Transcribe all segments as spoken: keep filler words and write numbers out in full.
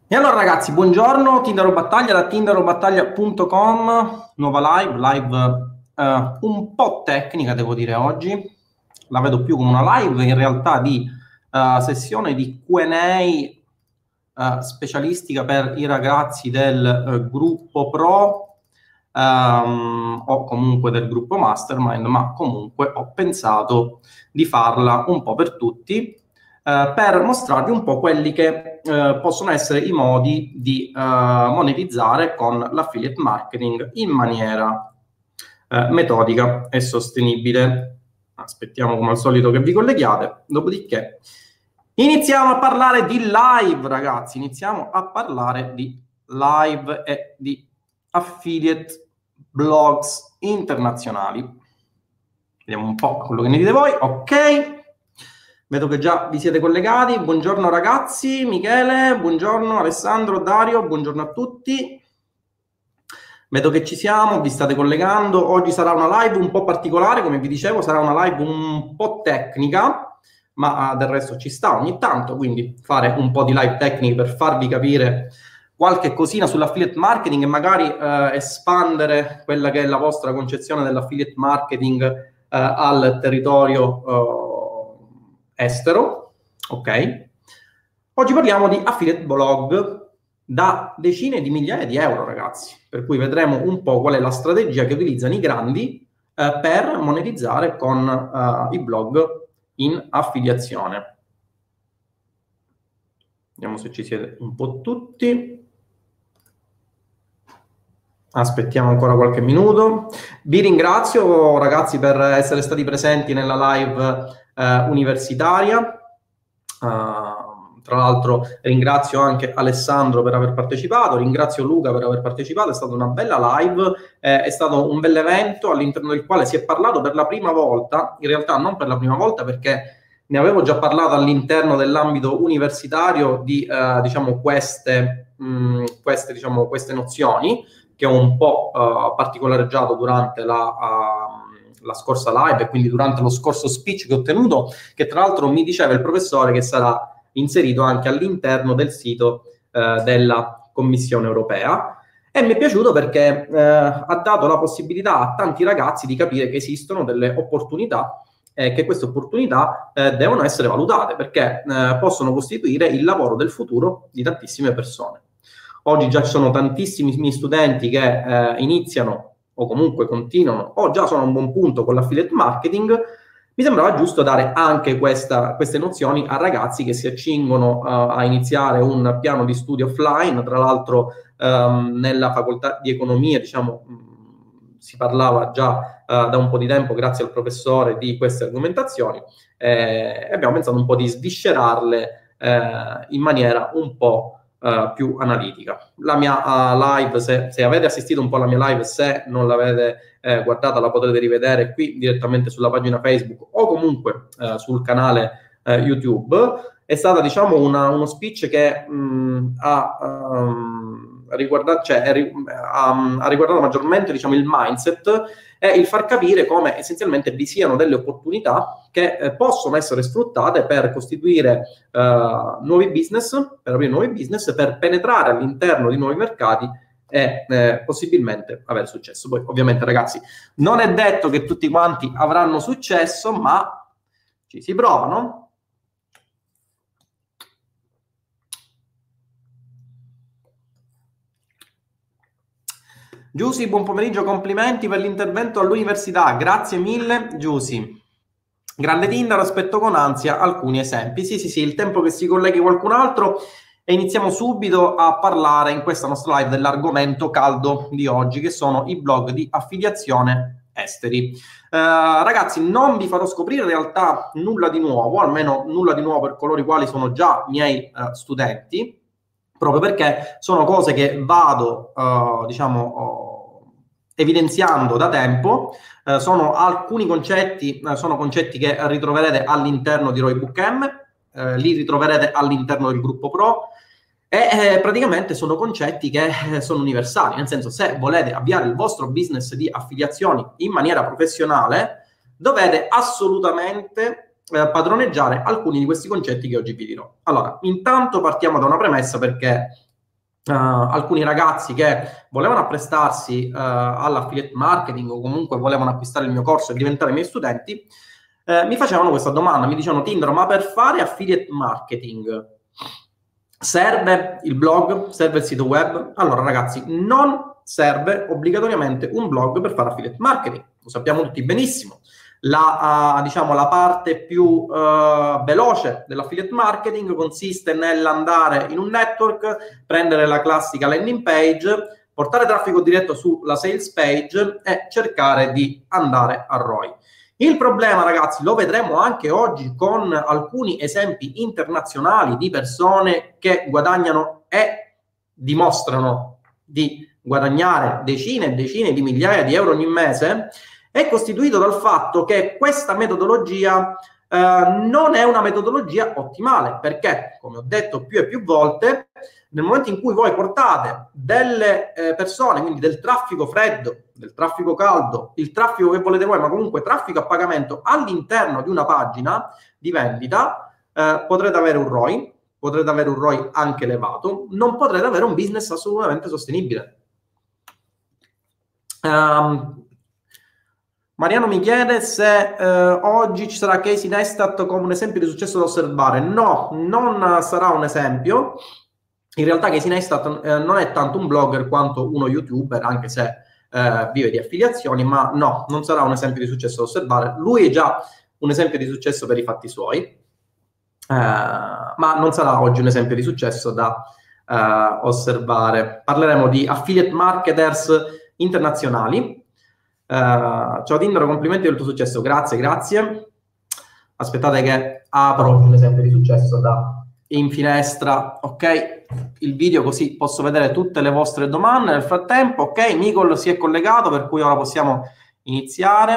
E allora ragazzi, buongiorno, Tindaro Battaglia da tindaro battaglia punto com, nuova live, live eh, un po' tecnica devo dire oggi, la vedo più come una live in realtà di eh, sessione di Q and A eh, specialistica per i ragazzi del eh, gruppo Pro ehm, o comunque del gruppo Mastermind, ma comunque ho pensato di farla un po' per tutti. Uh, per mostrarvi un po' quelli che uh, possono essere i modi di uh, monetizzare con l'affiliate marketing in maniera uh, metodica e sostenibile. Aspettiamo come al solito che vi colleghiate, dopodiché iniziamo a parlare di live, ragazzi, iniziamo a parlare di live e di affiliate blogs internazionali. Vediamo un po' quello che ne dite voi, ok. Vedo che già vi siete collegati. Buongiorno ragazzi, Michele, buongiorno Alessandro, Dario, buongiorno a tutti. Vedo che ci siamo, vi state collegando. Oggi sarà una live un po' particolare, come vi dicevo, sarà una live un po' tecnica, ma del resto ci sta ogni tanto, quindi fare un po' di live tecniche per farvi capire qualche cosina sull'affiliate marketing e magari eh, espandere quella che è la vostra concezione dell'affiliate marketing eh, al territorio eh, estero, ok? Oggi parliamo di affiliate blog da decine di migliaia di euro, ragazzi, per cui vedremo un po' qual è la strategia che utilizzano i grandi eh, per monetizzare con eh, i blog in affiliazione. Vediamo se ci siete un po' tutti. Aspettiamo ancora qualche minuto. Vi ringrazio, ragazzi, per essere stati presenti nella live eh, universitaria. Uh, tra l'altro ringrazio anche Alessandro per aver partecipato, ringrazio Luca per aver partecipato, è stata una bella live, eh, è stato un bel evento all'interno del quale si è parlato per la prima volta, in realtà non per la prima volta perché ne avevo già parlato all'interno dell'ambito universitario di uh, diciamo queste, mh, queste, diciamo, queste nozioni che ho un po' uh, particolareggiato durante la, uh, la scorsa live e quindi durante lo scorso speech che ho tenuto, che tra l'altro mi diceva il professore che sarà inserito anche all'interno del sito uh, della Commissione Europea. E mi è piaciuto perché uh, ha dato la possibilità a tanti ragazzi di capire che esistono delle opportunità e che queste opportunità uh, devono essere valutate perché uh, possono costituire il lavoro del futuro di tantissime persone. Oggi già ci sono tantissimi miei studenti che eh, iniziano o comunque continuano o già sono a un buon punto con l'affiliate marketing. Mi sembrava giusto dare anche questa, queste nozioni a ragazzi che si accingono uh, a iniziare un piano di studio offline. Tra l'altro um, nella facoltà di economia, diciamo, mh, si parlava già uh, da un po' di tempo, grazie al professore, di queste argomentazioni eh, e abbiamo pensato un po' di sviscerarle eh, in maniera un po' Uh, più analitica. La mia uh, live, se, se avete assistito un po' alla mia live, se non l'avete eh, guardata, la potete rivedere qui direttamente sulla pagina Facebook o comunque uh, sul canale uh, YouTube. È stata, diciamo, una, uno speech che mh, ha, um, riguardato, cioè, è, ha, ha riguardato maggiormente, diciamo, il mindset e il far capire come essenzialmente vi siano delle opportunità che eh, possono essere sfruttate per costituire eh, nuovi business, per aprire nuovi business, per penetrare all'interno di nuovi mercati e eh, possibilmente avere successo. Poi ovviamente ragazzi non è detto che tutti quanti avranno successo, ma ci si prova, no? Giusy, buon pomeriggio, complimenti per l'intervento all'università, grazie mille Giusy. Grande Tindaro, aspetto con ansia alcuni esempi. Sì, sì, sì, il tempo che si colleghi qualcun altro e iniziamo subito a parlare in questa nostra live dell'argomento caldo di oggi, che sono i blog di affiliazione esteri. Uh, ragazzi, non vi farò scoprire in realtà nulla di nuovo, almeno nulla di nuovo per coloro i quali sono già miei uh, studenti, proprio perché sono cose che vado, uh, diciamo, uh, evidenziando da tempo. Uh, sono alcuni concetti, uh, sono concetti che ritroverete all'interno di Roybook M, uh, li ritroverete all'interno del gruppo Pro, e eh, praticamente sono concetti che eh, sono universali, nel senso, se volete avviare il vostro business di affiliazioni in maniera professionale, dovete assolutamente Eh, padroneggiare alcuni di questi concetti che oggi vi dirò. Allora, intanto partiamo da una premessa perché uh, alcuni ragazzi che volevano apprestarsi uh, all'affiliate marketing o comunque volevano acquistare il mio corso e diventare miei studenti, uh, mi facevano questa domanda, mi dicevano: Tindaro, ma per fare affiliate marketing serve il blog? Serve il sito web? Allora ragazzi, non serve obbligatoriamente un blog per fare affiliate marketing, lo sappiamo tutti benissimo. La, uh, diciamo, la parte più uh, veloce dell'affiliate marketing consiste nell'andare in un network, prendere la classica landing page, portare traffico diretto sulla sales page e cercare di andare a R O I. Il problema, ragazzi, lo vedremo anche oggi con alcuni esempi internazionali di persone che guadagnano e dimostrano di guadagnare decine e decine di migliaia di euro ogni mese, è costituito dal fatto che questa metodologia eh, non è una metodologia ottimale, perché, come ho detto più e più volte, nel momento in cui voi portate delle eh, persone, quindi del traffico freddo, del traffico caldo, il traffico che volete voi, ma comunque traffico a pagamento all'interno di una pagina di vendita, eh, potrete avere un R O I, potrete avere un R O I anche elevato, non potrete avere un business assolutamente sostenibile. Um, Mariano mi chiede se eh, oggi ci sarà Casey Neistat come un esempio di successo da osservare. No, non sarà un esempio. In realtà Casey Neistat eh, non è tanto un blogger quanto uno YouTuber, anche se eh, vive di affiliazioni, ma no, non sarà un esempio di successo da osservare. Lui è già un esempio di successo per i fatti suoi, eh, ma non sarà oggi un esempio di successo da eh, osservare. Parleremo di affiliate marketers internazionali. Uh, ciao Tindaro, complimenti del tuo successo. Grazie, grazie. Aspettate che apro un esempio di successo da in finestra, ok? Il video, così posso vedere tutte le vostre domande nel frattempo. Ok, Nicole si è collegato, per cui ora possiamo iniziare.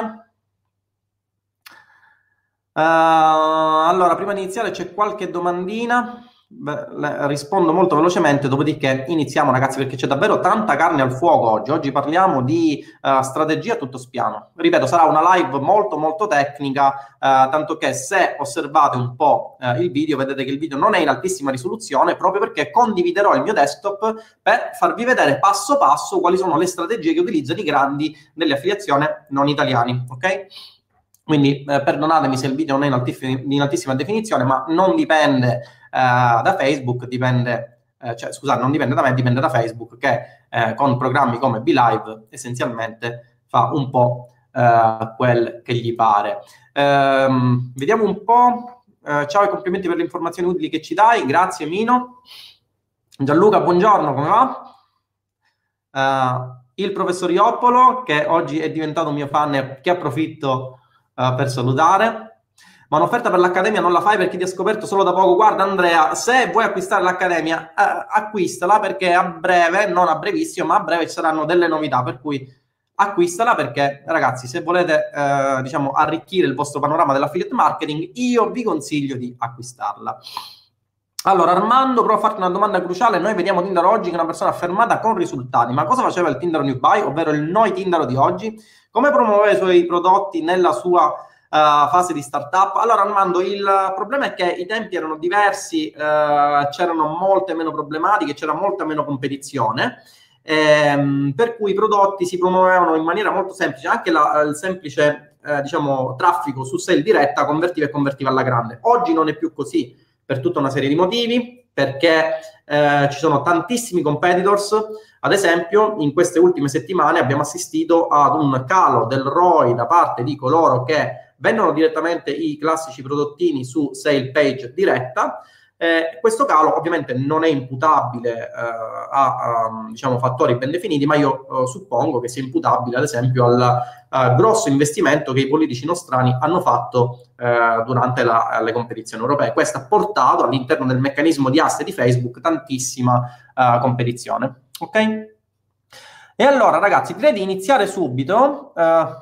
Uh, allora, prima di iniziare c'è qualche domandina. Beh, rispondo molto velocemente, dopodiché iniziamo, ragazzi, perché c'è davvero tanta carne al fuoco oggi. Oggi parliamo di uh, strategia tutto spiano. Ripeto, sarà una live molto molto tecnica, uh, tanto che se osservate un po' uh, il video vedete che il video non è in altissima risoluzione, proprio perché condividerò il mio desktop per farvi vedere passo passo quali sono le strategie che utilizzano i grandi delle affiliazioni non italiani, ok? Quindi eh, perdonatemi se il video non è in, altif- in altissima definizione, ma non dipende Uh, da Facebook, dipende, uh, cioè scusate, non dipende da me, dipende da Facebook, che uh, con programmi come BeLive essenzialmente fa un po' uh, quel che gli pare. Um, vediamo un po'. Uh, ciao e complimenti per le informazioni utili che ci dai, grazie Mino. Gianluca, buongiorno, come va? Uh, il professor Ioppolo, che oggi è diventato un mio fan e che approfitto uh, per salutare. Ma un'offerta per l'accademia non la fai perché ti ha scoperto solo da poco? Guarda Andrea, se vuoi acquistare l'accademia, eh, acquistala, perché a breve, non a brevissimo, ma a breve ci saranno delle novità, per cui acquistala, perché ragazzi, se volete eh, diciamo arricchire il vostro panorama dell'affiliate marketing, io vi consiglio di acquistarla. Allora Armando, provo a farti una domanda cruciale. Noi vediamo Tindaro oggi che è una persona affermata con risultati, ma cosa faceva il Tindaro New Buy, ovvero il noi Tindaro di oggi? Come promuoveva i suoi prodotti nella sua Uh, fase di startup? Allora Armando, il problema è che i tempi erano diversi, uh, c'erano molte meno problematiche, c'era molta meno competizione, ehm, per cui i prodotti si promuovevano in maniera molto semplice. Anche la, il semplice eh, diciamo traffico su sale diretta convertiva e convertiva alla grande. Oggi non è più così, per tutta una serie di motivi, perché eh, ci sono tantissimi competitors. Ad esempio, in queste ultime settimane abbiamo assistito ad un calo del R O I da parte di coloro che vendono direttamente i classici prodottini su sale page diretta. Eh, questo calo ovviamente non è imputabile eh, a, a diciamo, fattori ben definiti, ma io eh, suppongo che sia imputabile ad esempio al uh, grosso investimento che i politici nostrani hanno fatto eh, durante la, le competizioni europee. Questo ha portato all'interno del meccanismo di aste di Facebook tantissima uh, competizione. Ok? E allora ragazzi, direi di iniziare subito. Uh,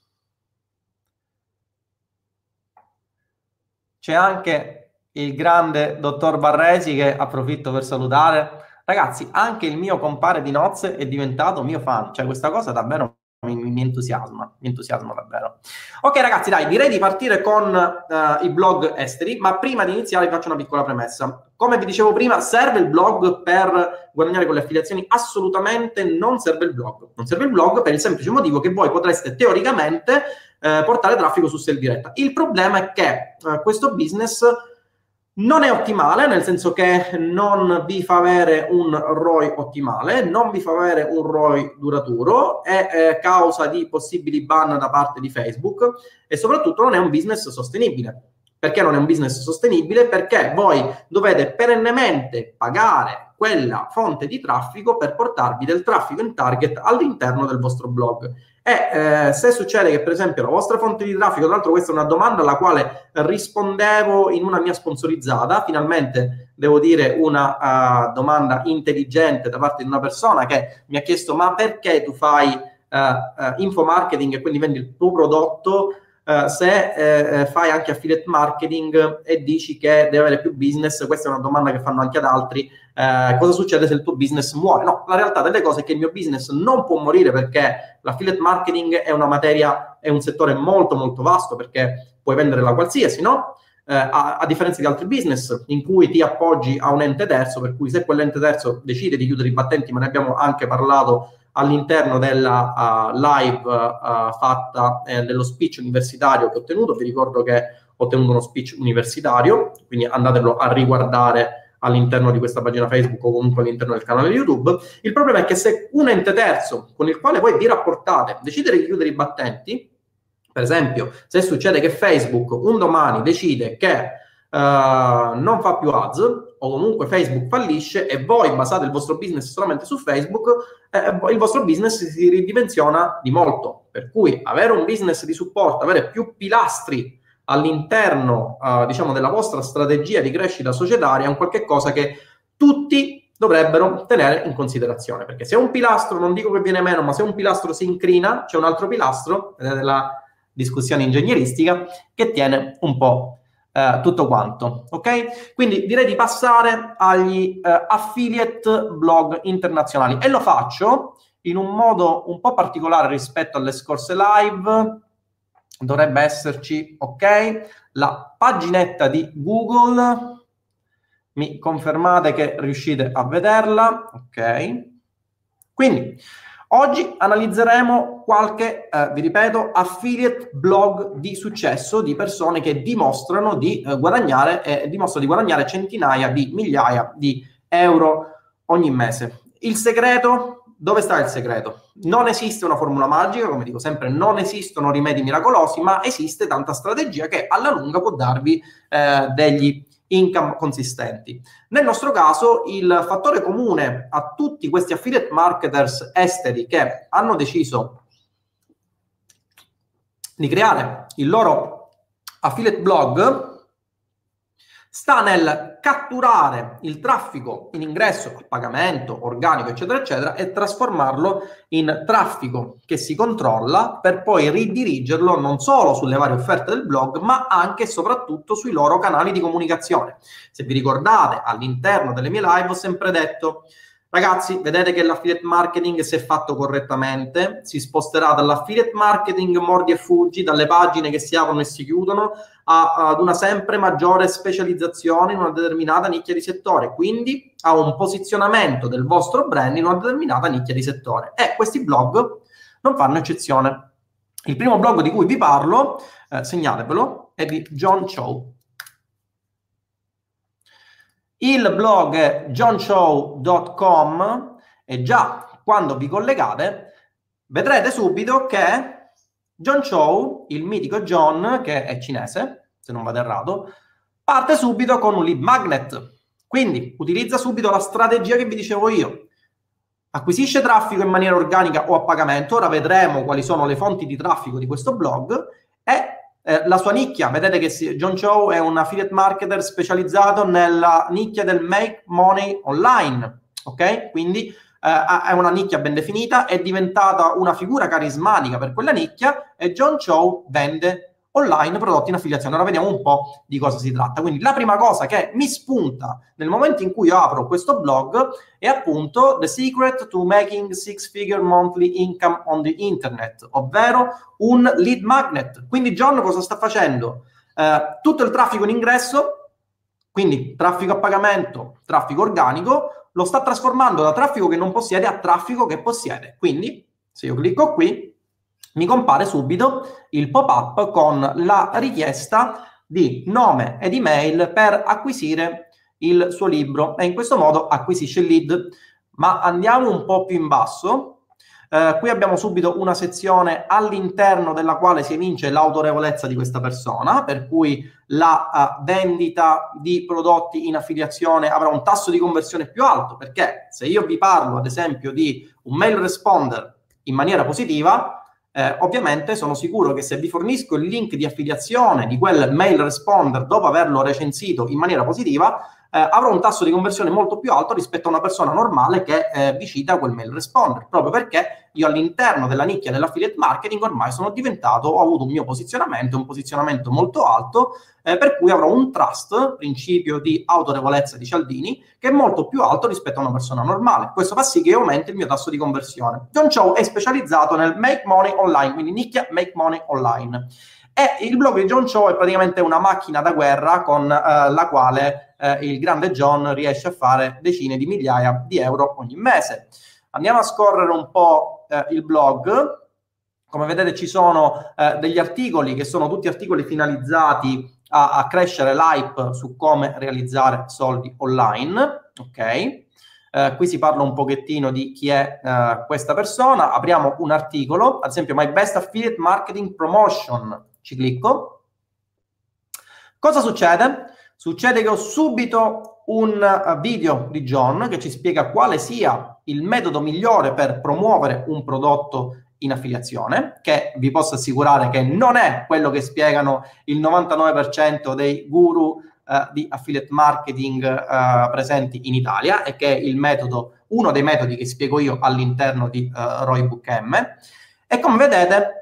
C'è anche il grande dottor Barresi, che approfitto per salutare. Ragazzi, anche il mio compare di nozze è diventato mio fan. Cioè, questa cosa davvero mi, mi entusiasma, mi entusiasma davvero. Ok ragazzi, dai, direi di partire con uh, i blog esteri, ma prima di iniziare vi faccio una piccola premessa. Come vi dicevo prima, serve il blog per guadagnare con le affiliazioni? Assolutamente non serve il blog. Non serve il blog per il semplice motivo che voi potreste teoricamente eh, portare traffico su Sell Diretta. Il problema è che eh, questo business non è ottimale, nel senso che non vi fa avere un R O I ottimale, non vi fa avere un R O I duraturo, è eh, causa di possibili ban da parte di Facebook e soprattutto non è un business sostenibile. Perché non è un business sostenibile? Perché voi dovete perennemente pagare quella fonte di traffico per portarvi del traffico in target all'interno del vostro blog. E eh, se succede che per esempio la vostra fonte di traffico, tra l'altro questa è una domanda alla quale rispondevo in una mia sponsorizzata, finalmente devo dire una uh, domanda intelligente da parte di una persona che mi ha chiesto: ma perché tu fai uh, uh, infomarketing e quindi vendi il tuo prodotto Uh, se eh, fai anche affiliate marketing e dici che deve avere più business? Questa è una domanda che fanno anche ad altri. Uh, cosa succede se il tuo business muore? No, la realtà delle cose è che il mio business non può morire, perché l'affiliate marketing è una materia, è un settore molto molto vasto, perché puoi vendere la qualsiasi, no? Uh, a, a differenza di altri business in cui ti appoggi a un ente terzo, per cui se quell'ente terzo decide di chiudere i battenti, ma ne abbiamo anche parlato all'interno della uh, live uh, fatta eh, dello speech universitario che ho tenuto. Vi ricordo che ho tenuto uno speech universitario, quindi andatelo a riguardare all'interno di questa pagina Facebook o comunque all'interno del canale YouTube. Il problema è che se un ente terzo con il quale voi vi rapportate decide di chiudere i battenti, per esempio se succede che Facebook un domani decide che uh, non fa più ads, o comunque Facebook fallisce e voi basate il vostro business solamente su Facebook, eh, il vostro business si ridimensiona di molto. Per cui avere un business di supporto, avere più pilastri all'interno eh, diciamo della vostra strategia di crescita societaria è un qualche cosa che tutti dovrebbero tenere in considerazione, perché se un pilastro, non dico che viene meno, ma se un pilastro si incrina, c'è un altro pilastro, vedete la discussione ingegneristica, che tiene un po' Uh, tutto quanto, ok? Quindi direi di passare agli uh, affiliate blog internazionali, e lo faccio in un modo un po' particolare rispetto alle scorse live. Dovrebbe esserci, ok, la paginetta di Google. Mi confermate che riuscite a vederla? Ok. Quindi oggi analizzeremo qualche, eh, vi ripeto, affiliate blog di successo di persone che dimostrano di eh, guadagnare eh, dimostrano di guadagnare centinaia di migliaia di euro ogni mese. Il segreto? Dove sta il segreto? Non esiste una formula magica, come dico sempre, non esistono rimedi miracolosi, ma esiste tanta strategia che alla lunga può darvi eh, degli income consistenti. Nel nostro caso il fattore comune a tutti questi affiliate marketers esteri che hanno deciso di creare il loro affiliate blog sta nel catturare il traffico in ingresso a pagamento, organico, eccetera, eccetera, e trasformarlo in traffico che si controlla per poi ridirigerlo non solo sulle varie offerte del blog, ma anche e soprattutto sui loro canali di comunicazione. Se vi ricordate, all'interno delle mie live ho sempre detto: ragazzi, vedete che l'affiliate marketing, se fatto correttamente, si sposterà dall'affiliate marketing mordi e fuggi, dalle pagine che si aprono e si chiudono, a, ad una sempre maggiore specializzazione in una determinata nicchia di settore, quindi a un posizionamento del vostro brand in una determinata nicchia di settore. E questi blog non fanno eccezione. Il primo blog di cui vi parlo, eh, segnatevelo, è di John Chow. Il blog è john chow punto com e già quando vi collegate vedrete subito che John Chow, il mitico John, che è cinese, se non vado errato, parte subito con un lead magnet. Quindi utilizza subito la strategia che vi dicevo io. Acquisisce traffico in maniera organica o a pagamento. Ora vedremo quali sono le fonti di traffico di questo blog. E Eh, la sua nicchia, vedete che si, John Chow è un affiliate marketer specializzato nella nicchia del make money online, ok? Quindi eh, è una nicchia ben definita, è diventata una figura carismatica per quella nicchia e John Chow vende online, prodotti in affiliazione. Ora vediamo un po' di cosa si tratta. Quindi la prima cosa che mi spunta nel momento in cui io apro questo blog è appunto The Secret to Making Six Figure Monthly Income on the Internet, ovvero un lead magnet. Quindi John cosa sta facendo? Eh, tutto il traffico in ingresso, quindi traffico a pagamento, traffico organico, lo sta trasformando da traffico che non possiede a traffico che possiede. Quindi se io clicco qui, mi compare subito il pop-up con la richiesta di nome ed email per acquisire il suo libro e in questo modo acquisisce il lead. Ma andiamo un po' più in basso. Eh, qui abbiamo subito una sezione all'interno della quale si evince l'autorevolezza di questa persona, per cui la uh, vendita di prodotti in affiliazione avrà un tasso di conversione più alto, perché se io vi parlo ad esempio di un mail responder in maniera positiva, Eh, ovviamente sono sicuro che se vi fornisco il link di affiliazione di quel mail responder dopo averlo recensito in maniera positiva, eh, avrò un tasso di conversione molto più alto rispetto a una persona normale che eh, vi cita quel mail responder, proprio perché io all'interno della nicchia dell'affiliate marketing ormai sono diventato, ho avuto un mio posizionamento, un posizionamento molto alto, eh, per cui avrò un trust, principio di autorevolezza di Cialdini, che è molto più alto rispetto a una persona normale. Questo fa sì che aumenti il mio tasso di conversione. John Chow è specializzato nel make money online, quindi nicchia make money online. E il blog di John Chow è praticamente una macchina da guerra con eh, la quale eh, il grande John riesce a fare decine di migliaia di euro ogni mese. Andiamo a scorrere un po' eh, il blog. Come vedete ci sono eh, degli articoli che sono tutti articoli finalizzati a, a crescere l'hype su come realizzare soldi online. Ok, eh, qui si parla un pochettino di chi è eh, questa persona. Apriamo un articolo, ad esempio My Best Affiliate Marketing Promotion. Ci clicco. Cosa succede? Succede che ho subito un video di John che ci spiega quale sia il metodo migliore per promuovere un prodotto in affiliazione, che vi posso assicurare che non è quello che spiegano il novantanove per cento dei guru eh, di affiliate marketing eh, presenti in Italia, e che è il metodo, uno dei metodi che spiego io all'interno di eh, Roybook M. E come vedete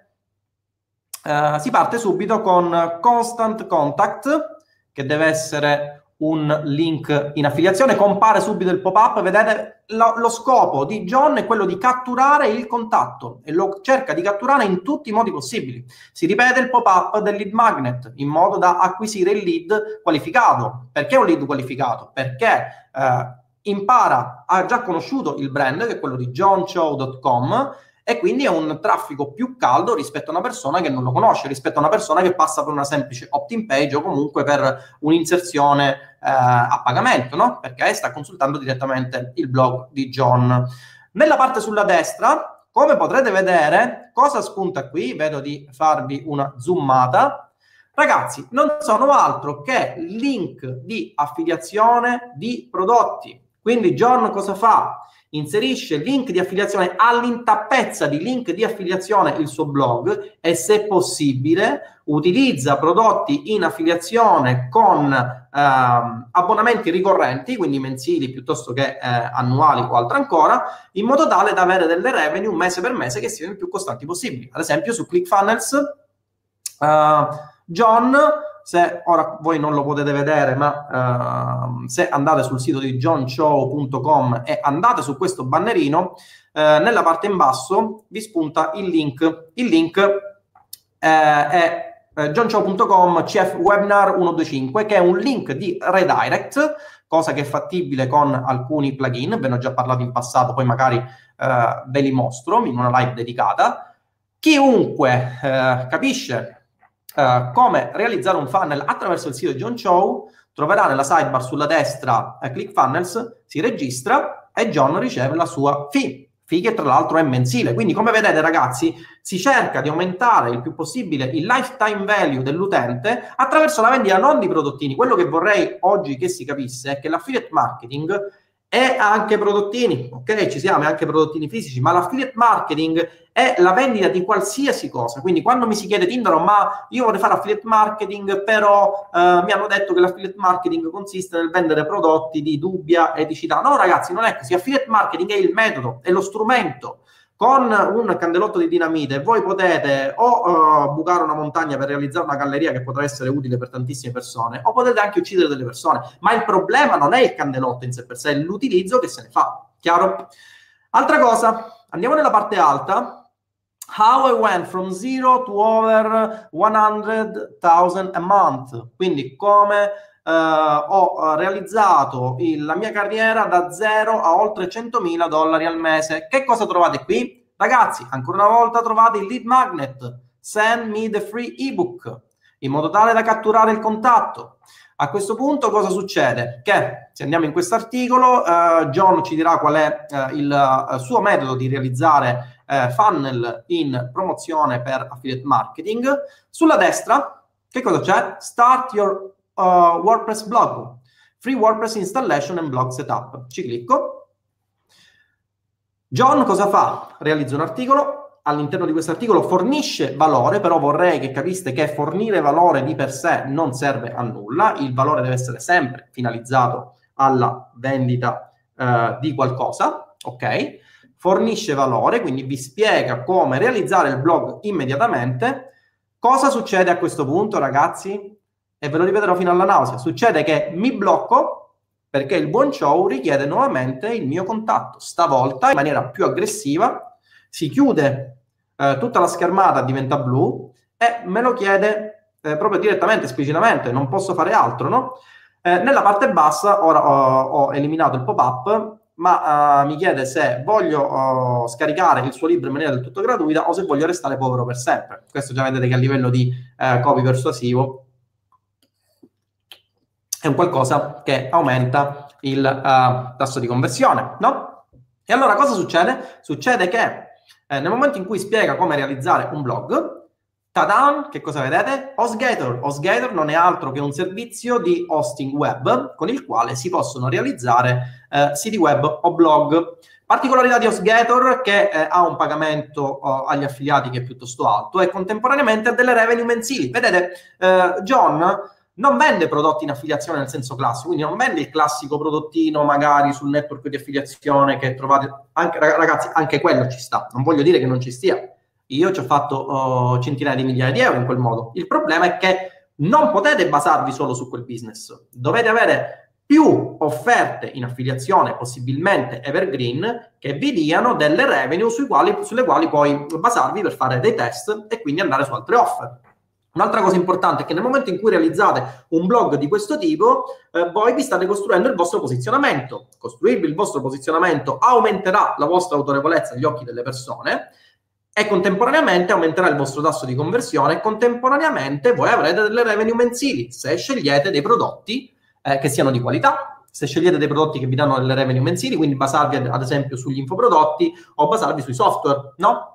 Uh, si parte subito con Constant Contact, che deve essere un link in affiliazione. Compare subito il pop-up. Vedete, lo, lo scopo di John è quello di catturare il contatto e lo cerca di catturare in tutti i modi possibili. Si ripete il pop-up del lead magnet in modo da acquisire il lead qualificato. Perché un lead qualificato? Perché uh, impara, ha già conosciuto il brand, che è quello di john chow punto com, e quindi è un traffico più caldo rispetto a una persona che non lo conosce, rispetto a una persona che passa per una semplice opt-in page o comunque per un'inserzione eh, a pagamento, no? Perché sta consultando direttamente il blog di John. Nella parte sulla destra, come potrete vedere, cosa spunta qui? Vedo di farvi una zoomata. Ragazzi, non sono altro che link di affiliazione di prodotti. Quindi John cosa fa? Inserisce link di affiliazione, all'intappezza di link di affiliazione il suo blog, e se possibile utilizza prodotti in affiliazione con eh, abbonamenti ricorrenti, quindi mensili piuttosto che eh, annuali o altro ancora, in modo tale da avere delle revenue mese per mese che siano il più costanti possibili. Ad esempio su ClickFunnels eh, John, se ora voi non lo potete vedere, ma uh, se andate sul sito di john chow punto com e andate su questo bannerino, uh, nella parte in basso vi spunta il link. Il link uh, è uh, john chow punto com C F Webinar centoventicinque, che è un link di redirect, cosa che è fattibile con alcuni plugin. Ve ne ho già parlato in passato, poi magari uh, ve li mostro in una live dedicata. Chiunque uh, capisce Uh, come realizzare un funnel attraverso il sito di John Chow troverà nella sidebar sulla destra uh, ClickFunnels, si registra e John riceve la sua fee, fee che tra l'altro è mensile. Quindi come vedete ragazzi, si cerca di aumentare il più possibile il lifetime value dell'utente attraverso la vendita non di prodottini. Quello che vorrei oggi che si capisse è che l'affiliate marketing è anche prodottini, ok? Ci siamo, è anche prodottini fisici, ma l'affiliate marketing è la vendita di qualsiasi cosa. Quindi quando mi si chiede Tindaro, ma io vorrei fare affiliate marketing, però eh, mi hanno detto che l'affiliate marketing consiste nel vendere prodotti di dubbia eticità. No ragazzi, non è così. Affiliate marketing è il metodo, è lo strumento Con un candelotto di dinamite voi potete o uh, bucare una montagna per realizzare una galleria che potrà essere utile per tantissime persone, o potete anche uccidere delle persone. Ma il problema non è il candelotto in sé per sé, è l'utilizzo che se ne fa. Chiaro? Altra cosa, andiamo nella parte alta. How I went from zero to over one hundred thousand a month. Quindi come uh, ho realizzato il, la mia carriera da zero a oltre centomila dollari al mese. Che cosa trovate qui? Ragazzi, ancora una volta trovate il lead magnet. Send me the free ebook, in modo tale da catturare il contatto. A questo punto cosa succede? Che se andiamo in questo articolo, uh, John ci dirà qual è uh, il uh, suo metodo di realizzare Uh, funnel in promozione per affiliate marketing. Sulla destra, che cosa c'è? Start your uh, WordPress blog. Free WordPress installation and blog setup. Ci clicco. John cosa fa? Realizza un articolo. All'interno di questo articolo fornisce valore, però vorrei che capiste che fornire valore di per sé non serve a nulla. Il valore deve essere sempre finalizzato alla vendita uh, di qualcosa, ok? Fornisce valore, quindi vi spiega come realizzare il blog immediatamente. Cosa succede a questo punto, ragazzi? E ve lo ripeterò fino alla nausea. Succede che mi blocco perché il buon show richiede nuovamente il mio contatto. Stavolta, in maniera più aggressiva, si chiude eh, tutta la schermata, diventa blu e me lo chiede eh, proprio direttamente, esplicitamente. Non posso fare altro, no? Eh, nella parte bassa, ora ho, ho eliminato il pop-up, ma uh, mi chiede se voglio uh, scaricare il suo libro in maniera del tutto gratuita o se voglio restare povero per sempre. Questo già vedete che a livello di uh, copy persuasivo è un qualcosa che aumenta il uh, tasso di conversione, no? E allora cosa succede? Succede che eh, nel momento in cui spiega come realizzare un blog, tadan, che cosa vedete? HostGator. HostGator non è altro che un servizio di hosting web con il quale si possono realizzare eh, siti web o blog. Particolarità di HostGator che eh, ha un pagamento oh, agli affiliati che è piuttosto alto e contemporaneamente ha delle revenue mensili. Vedete, eh, John non vende prodotti in affiliazione nel senso classico, quindi non vende il classico prodottino magari sul network di affiliazione che trovate. Anche, ragazzi, anche quello ci sta, non voglio dire che non ci stia. Io ci ho fatto uh, centinaia di migliaia di euro in quel modo. Il problema è che non potete basarvi solo su quel business. Dovete avere più offerte in affiliazione, possibilmente evergreen, che vi diano delle revenue sui quali, sulle quali poi basarvi per fare dei test e quindi andare su altre offer. Un'altra cosa importante è che nel momento in cui realizzate un blog di questo tipo, eh, voi vi state costruendo il vostro posizionamento. Costruirvi il vostro posizionamento aumenterà la vostra autorevolezza agli occhi delle persone e contemporaneamente aumenterà il vostro tasso di conversione e contemporaneamente voi avrete delle revenue mensili se scegliete dei prodotti eh, che siano di qualità, se scegliete dei prodotti che vi danno delle revenue mensili, quindi basarvi ad, ad esempio sugli infoprodotti o basarvi sui software, no?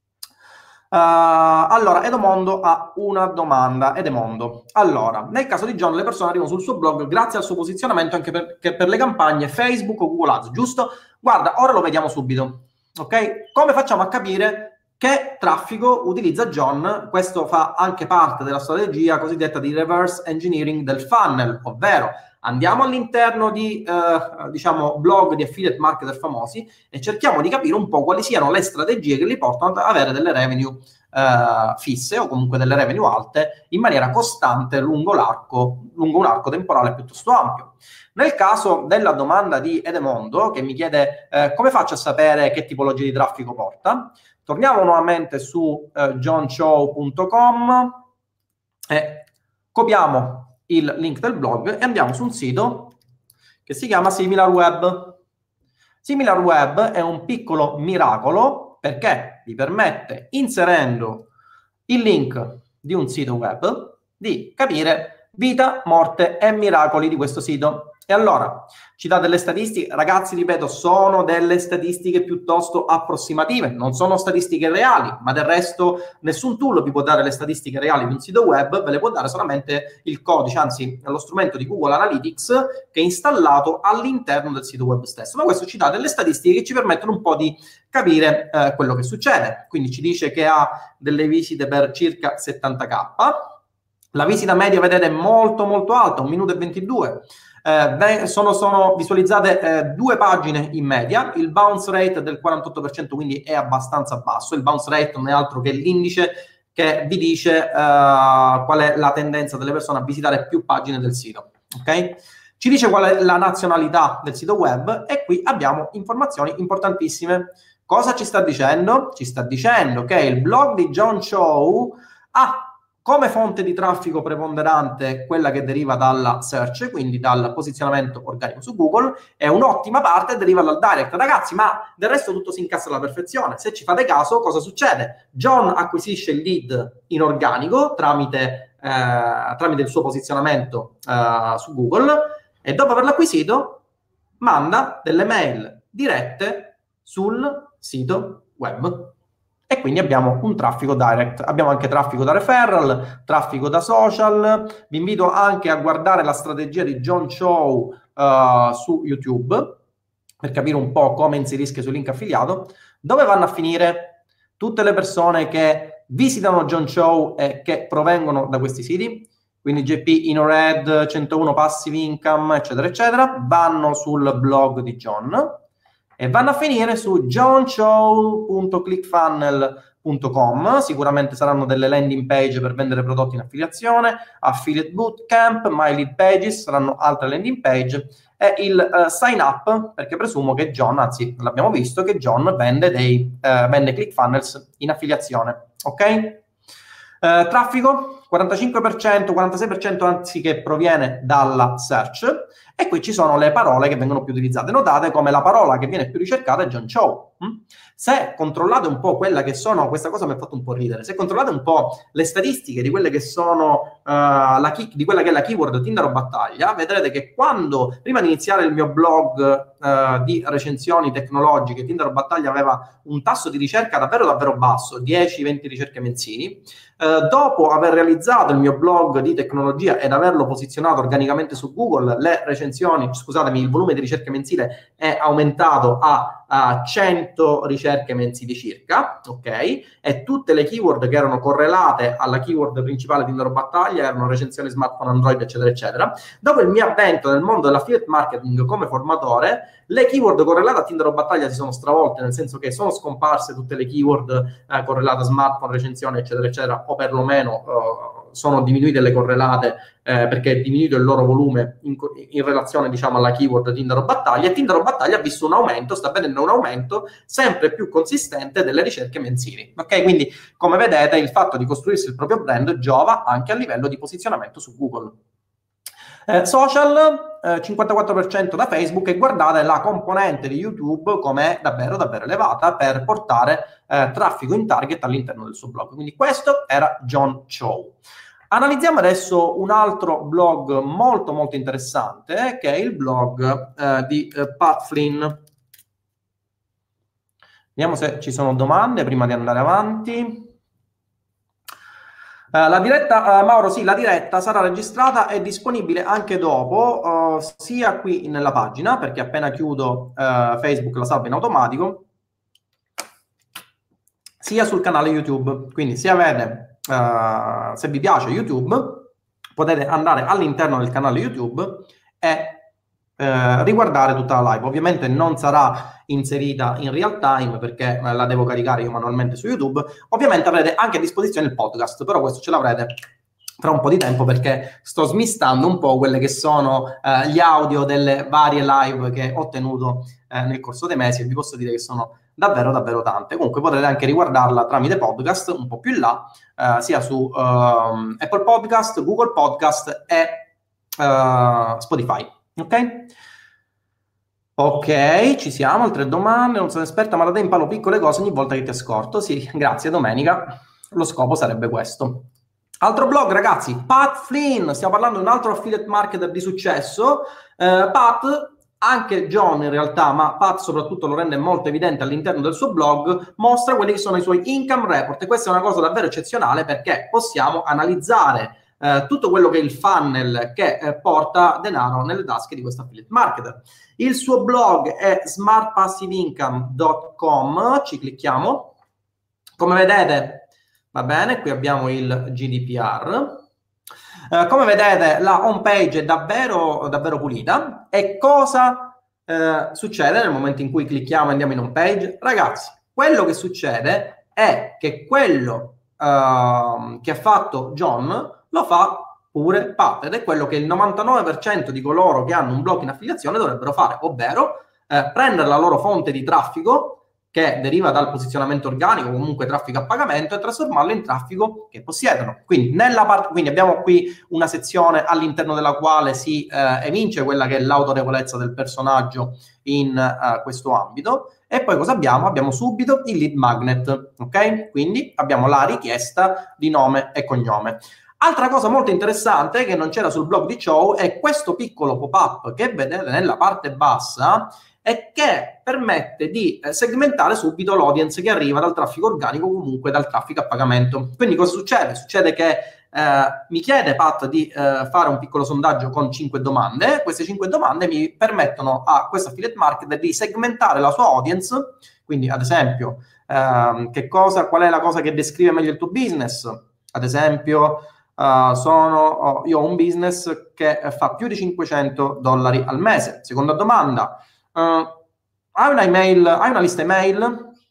Uh, allora, Edomondo ha una domanda. Edomondo, allora, nel caso di John le persone arrivano sul suo blog grazie al suo posizionamento anche per, che per le campagne Facebook o Google Ads, giusto? Guarda, ora lo vediamo subito, ok? Come facciamo a capire che traffico utilizza John? Questo fa anche parte della strategia cosiddetta di reverse engineering del funnel, ovvero andiamo all'interno di, eh, diciamo, blog di affiliate marketer famosi e cerchiamo di capire un po' quali siano le strategie che li portano ad avere delle revenue eh, fisse o comunque delle revenue alte in maniera costante lungo l'arco, lungo un arco temporale piuttosto ampio. Nel caso della domanda di Edemondo, che mi chiede eh, come faccio a sapere che tipologia di traffico porta, torniamo nuovamente su eh, john show punto com e copiamo il link del blog e andiamo su un sito che si chiama SimilarWeb. SimilarWeb è un piccolo miracolo perché vi permette, inserendo il link di un sito web, di capire vita, morte e miracoli di questo sito. E allora, ci dà delle statistiche, ragazzi, ripeto, sono delle statistiche piuttosto approssimative, non sono statistiche reali, ma del resto nessun tool vi può dare le statistiche reali di un sito web, ve le può dare solamente il codice, anzi, lo strumento di Google Analytics che è installato all'interno del sito web stesso. Ma questo ci dà delle statistiche che ci permettono un po' di capire eh, quello che succede. Quindi ci dice che ha delle visite per circa settanta k, la visita media, vedete, è molto molto alta, un minuto e ventidue. Eh, sono, sono visualizzate eh, due pagine in media, il bounce rate del quarantotto per cento quindi è abbastanza basso, il bounce rate non è altro che l'indice che vi dice uh, qual è la tendenza delle persone a visitare più pagine del sito, ok? Ci dice qual è la nazionalità del sito web e qui abbiamo informazioni importantissime. Cosa ci sta dicendo? Ci sta dicendo che il blog di John Chow ha come fonte di traffico preponderante quella che deriva dalla search, quindi dal posizionamento organico su Google, e un'ottima parte deriva dal direct. Ragazzi, ma del resto tutto si incassa alla perfezione. Se ci fate caso, cosa succede? John acquisisce il lead in organico tramite, eh, tramite il suo posizionamento eh, su Google e dopo averlo acquisito manda delle mail dirette sul sito web. E quindi abbiamo un traffico direct, abbiamo anche traffico da referral, traffico da social. Vi invito anche a guardare la strategia di John Chow uh, su YouTube per capire un po' come inserisca sul link affiliato. Dove vanno a finire tutte le persone che visitano John Chow e che provengono da questi siti? Quindi J P, InnoRed, centouno Passive Income, eccetera, eccetera, vanno sul blog di John e vanno a finire su john chow punto clickfunnel punto com. Sicuramente saranno delle landing page per vendere prodotti in affiliazione, affiliate bootcamp, my lead pages, saranno altre landing page e il uh, sign up, perché presumo che John, anzi l'abbiamo visto, che John vende dei uh, vende ClickFunnels in affiliazione, ok? Uh, traffico quarantacinque per cento, quarantasei per cento anzi che proviene dalla search, e qui ci sono le parole che vengono più utilizzate. Notate come la parola che viene più ricercata è John Chow. Hm? Se controllate un po' quella che sono, questa cosa mi ha fatto un po' ridere, se controllate un po' le statistiche di quelle che sono uh, la key, di quella che è la keyword Tinder o battaglia, vedrete che quando, prima di iniziare il mio blog uh, di recensioni tecnologiche, Tinder o battaglia aveva un tasso di ricerca davvero davvero basso, dieci venti ricerche mensili. Uh, dopo aver realizzato il mio blog di tecnologia ed averlo posizionato organicamente su Google, le recensioni, scusatemi, il volume di ricerche mensile è aumentato a, a cento ricerche mensili circa, ok? E tutte le keyword che erano correlate alla keyword principale di Tinder battaglia erano recensioni smartphone, Android, eccetera, eccetera. Dopo il mio avvento nel mondo dell'affiliate marketing come formatore, le keyword correlate a Tinder battaglia si sono stravolte, nel senso che sono scomparse tutte le keyword eh, correlate a smartphone, recensioni, eccetera, eccetera, o perlomeno uh, sono diminuite le correlate eh, perché è diminuito il loro volume in, in relazione, diciamo, alla keyword Tinder battaglia, e Tinder battaglia ha visto un aumento, sta vedendo un aumento sempre più consistente delle ricerche mensili, ok? Quindi, come vedete, il fatto di costruirsi il proprio brand giova anche a livello di posizionamento su Google. Eh, social, eh, cinquantaquattro per cento da Facebook, e guardate la componente di YouTube com'è davvero davvero elevata per portare eh, traffico in target all'interno del suo blog. Quindi questo era John Chow. Analizziamo adesso un altro blog molto molto interessante, che è il blog eh, di eh, Pat Flynn. Vediamo se ci sono domande prima di andare avanti. Uh, la diretta, uh, Mauro, sì, la diretta sarà registrata e disponibile anche dopo, uh, sia qui nella pagina, perché appena chiudo uh, Facebook la salva in automatico, sia sul canale YouTube. Quindi se avete, uh, se vi piace YouTube, potete andare all'interno del canale YouTube e uh, riguardare tutta la live. Ovviamente non sarà inserita in real time perché la devo caricare io manualmente su YouTube. Ovviamente avrete anche a disposizione il podcast, però questo ce l'avrete tra un po' di tempo perché sto smistando un po' quelle che sono eh, gli audio delle varie live che ho tenuto eh, nel corso dei mesi, e vi posso dire che sono davvero davvero tante. Comunque potrete anche riguardarla tramite podcast un po' più in là, eh, sia su eh, Apple Podcast, Google Podcast e eh, Spotify, ok? Ok, ci siamo, altre domande, non sono esperta, ma da te imparo piccole cose ogni volta che ti ascolto. Sì, grazie Domenica, lo scopo sarebbe questo. Altro blog, ragazzi, Pat Flynn, stiamo parlando di un altro affiliate marketer di successo. Eh, Pat, anche John in realtà, ma Pat soprattutto lo rende molto evidente all'interno del suo blog, mostra quelli che sono i suoi income report, e questa è una cosa davvero eccezionale perché possiamo analizzare Uh, tutto quello che è il funnel che uh, porta denaro nelle tasche di questo affiliate marketer. Il suo blog è smart passive income punto com, ci clicchiamo. Come vedete, va bene, qui abbiamo il G D P R, Uh, come vedete la home page è davvero, davvero pulita. E cosa uh, succede nel momento in cui clicchiamo e andiamo in home page? Ragazzi, quello che succede è che quello uh, che ha fatto John lo fa pure Pat, ed è quello che il novantanove per cento di coloro che hanno un blog in affiliazione dovrebbero fare, ovvero uh, prendere la loro fonte di traffico che deriva dal posizionamento organico, comunque traffico a pagamento, e trasformarlo in traffico che possiedono. Quindi, nella parte, quindi abbiamo qui una sezione all'interno della quale si eh, evince quella che è l'autorevolezza del personaggio in uh, questo ambito. E poi cosa abbiamo? Abbiamo subito il lead magnet, ok? Quindi abbiamo la richiesta di nome e cognome. Altra cosa molto interessante che non c'era sul blog di Ciao è questo piccolo pop-up che vedete nella parte bassa, e che permette di eh, segmentare subito l'audience che arriva dal traffico organico o comunque dal traffico a pagamento. Quindi cosa succede? Succede che eh, mi chiede Pat di eh, fare un piccolo sondaggio con cinque domande. Queste cinque domande mi permettono a questo affiliate marketer di segmentare la sua audience. Quindi ad esempio eh, che cosa, qual è la cosa che descrive meglio il tuo business? Ad esempio Uh, sono, oh, io ho un business che fa più di cinquecento dollari al mese. Seconda domanda, uh, hai una email, hai una lista email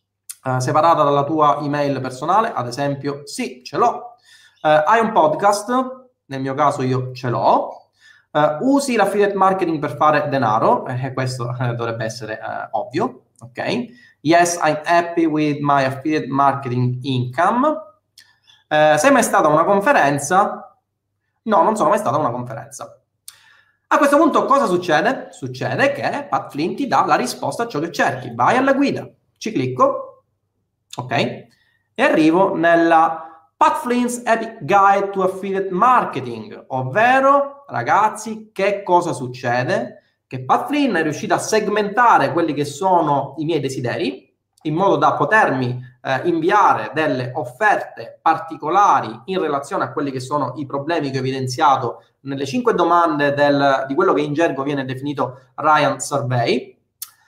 uh, separata dalla tua email personale? Ad esempio, sì, ce l'ho. Uh, hai un podcast? Nel mio caso io ce l'ho. Uh, usi l'affiliate marketing per fare denaro? Eh, questo eh, dovrebbe essere uh, ovvio, ok? Yes, I'm happy with my affiliate marketing income. Eh, sei mai stata a una conferenza? No, non sono mai stata a una conferenza. A questo punto cosa succede? Succede che Pat Flynn ti dà la risposta a ciò che cerchi. Vai alla guida, ci clicco, ok? E arrivo nella Pat Flynn's Epic Guide to Affiliate Marketing, ovvero, ragazzi, che cosa succede? Che Pat Flynn è riuscito a segmentare quelli che sono i miei desideri, in modo da potermi eh, inviare delle offerte particolari in relazione a quelli che sono i problemi che ho evidenziato nelle cinque domande del, di quello che in gergo viene definito Ryan Survey.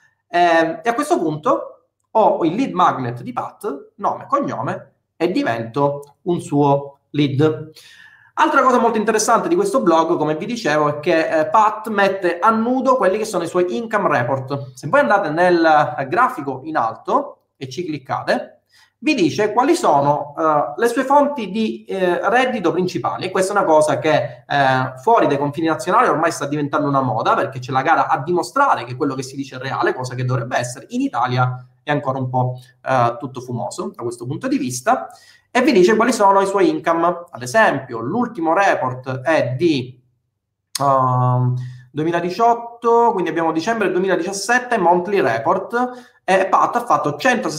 Eh, e a questo punto ho il lead magnet di Pat, nome, cognome, e divento un suo lead. Altra cosa molto interessante di questo blog, come vi dicevo, è che eh, Pat mette a nudo quelli che sono i suoi income report. Se voi andate nel eh, grafico in alto e ci cliccate, vi dice quali sono uh, le sue fonti di eh, reddito principali. E questa è una cosa che eh, fuori dai confini nazionali ormai sta diventando una moda, perché c'è la gara a dimostrare che quello che si dice è reale, cosa che dovrebbe essere. In Italia è ancora un po' uh, tutto fumoso da questo punto di vista. E vi dice quali sono i suoi income. Ad esempio, l'ultimo report è di uh, duemiladiciotto, quindi abbiamo dicembre duemiladiciassette, monthly report, e Pat ha fatto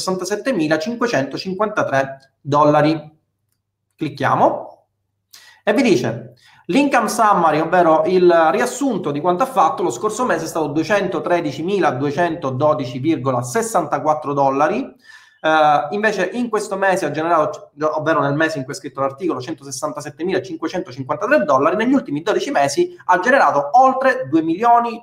centosessantasettemilacinquecentocinquantatré dollari. Clicchiamo e vi dice l'income summary, ovvero il riassunto di quanto ha fatto. Lo scorso mese è stato duecentotredicimiladuecentododici virgola sessantaquattro dollari. Uh, invece in questo mese ha generato, ovvero nel mese in cui è scritto l'articolo, centosessantasettemilacinquecentocinquantatré dollari. Negli ultimi dodici mesi ha generato oltre due milioni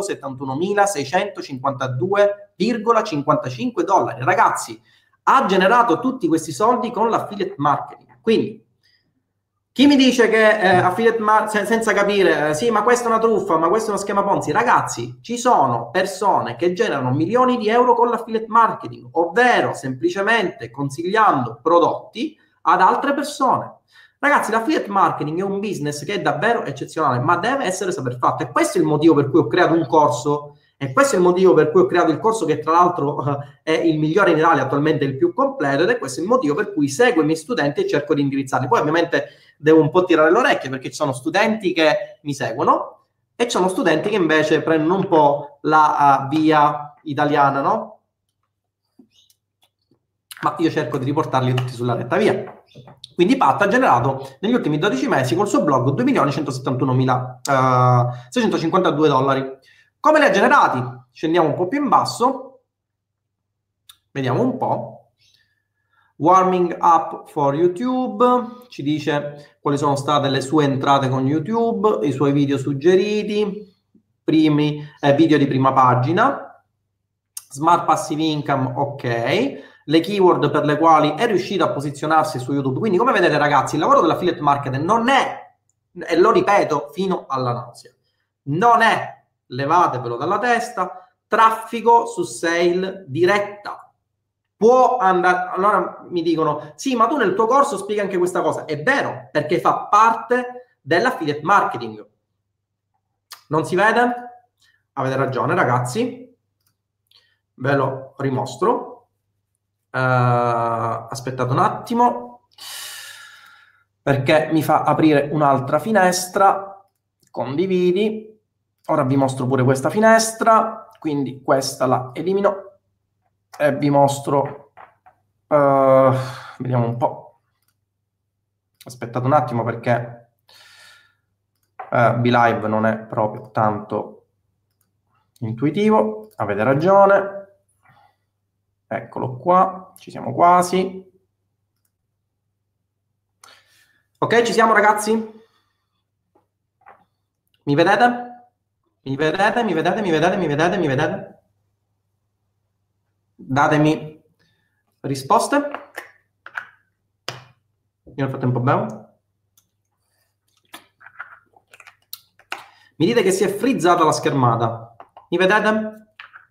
centosettantunomilaseicentocinquantadue virgola cinquantacinque dollari. Ragazzi, ha generato tutti questi soldi con l'affiliate marketing. Quindi chi mi dice che eh, affiliate marketing, senza capire, eh, sì, ma questa è una truffa, ma questo è uno schema Ponzi, ragazzi, ci sono persone che generano milioni di euro con l'affiliate marketing, ovvero semplicemente consigliando prodotti ad altre persone. Ragazzi, l'affiliate marketing è un business che è davvero eccezionale, ma deve essere saper fatto. E questo è il motivo per cui ho creato un corso. E questo è il motivo per cui ho creato il corso che tra l'altro uh, è il migliore in Italia, attualmente il più completo, ed è questo il motivo per cui seguo i miei studenti e cerco di indirizzarli. Poi ovviamente devo un po' tirare le orecchie, perché ci sono studenti che mi seguono e ci sono studenti che invece prendono un po' la uh, via italiana, no? Ma io cerco di riportarli tutti sulla retta via. Quindi Pat ha generato negli ultimi dodici mesi col suo blog due milioni centosettantunomilaseicentocinquantadue dollari. Come li ha generati? Scendiamo un po' più in basso, vediamo un po'. Warming up for YouTube, ci dice quali sono state le sue entrate con YouTube, i suoi video suggeriti, primi eh, video di prima pagina, Smart Passive Income, ok, le keyword per le quali è riuscito a posizionarsi su YouTube. Quindi come vedete ragazzi, il lavoro dell'affiliate marketer non è e lo ripeto fino alla nausea, non è, levatevelo dalla testa, traffico su sale diretta. Può andare, allora mi dicono, sì, ma tu nel tuo corso spieghi anche questa cosa. È vero, perché fa parte dell'affiliate marketing. Non si vede? Avete ragione, ragazzi. Ve lo rimostro. Uh, aspettate un attimo, perché mi fa aprire un'altra finestra. Condividi. Ora vi mostro pure questa finestra, quindi questa la elimino e vi mostro, uh, vediamo un po', aspettate un attimo perché uh, BeLive non è proprio tanto intuitivo, avete ragione, eccolo qua, ci siamo quasi. Ok, ci siamo ragazzi? Mi vedete? Mi vedete? Mi vedete? Mi vedete? Mi vedete? Mi vedete? Datemi risposte. Io nel frattempo bevo. Mi dite che si è frizzata la schermata. Mi vedete?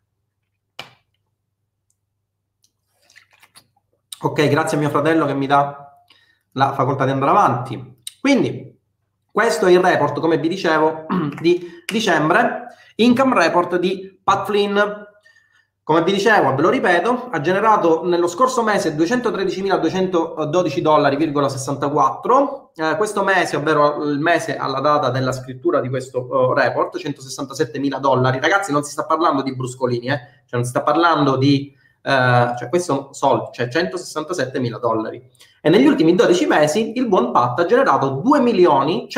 Ok, grazie a mio fratello che mi dà la facoltà di andare avanti. Quindi, questo è il report, come vi dicevo, di dicembre, income report di Pat Flynn. Come vi dicevo, ve lo ripeto, ha generato nello scorso mese duecentotredicimiladuecentododici dollari, sessantaquattro. Eh, questo mese, ovvero il mese alla data della scrittura di questo uh, report, centosessantasettemila dollari. Ragazzi, non si sta parlando di bruscolini, eh? Cioè non si sta parlando di... Uh, cioè questi sono soldi, cioè centosessantasettemila dollari. E negli ultimi dodici mesi il buon Pat ha generato due milioni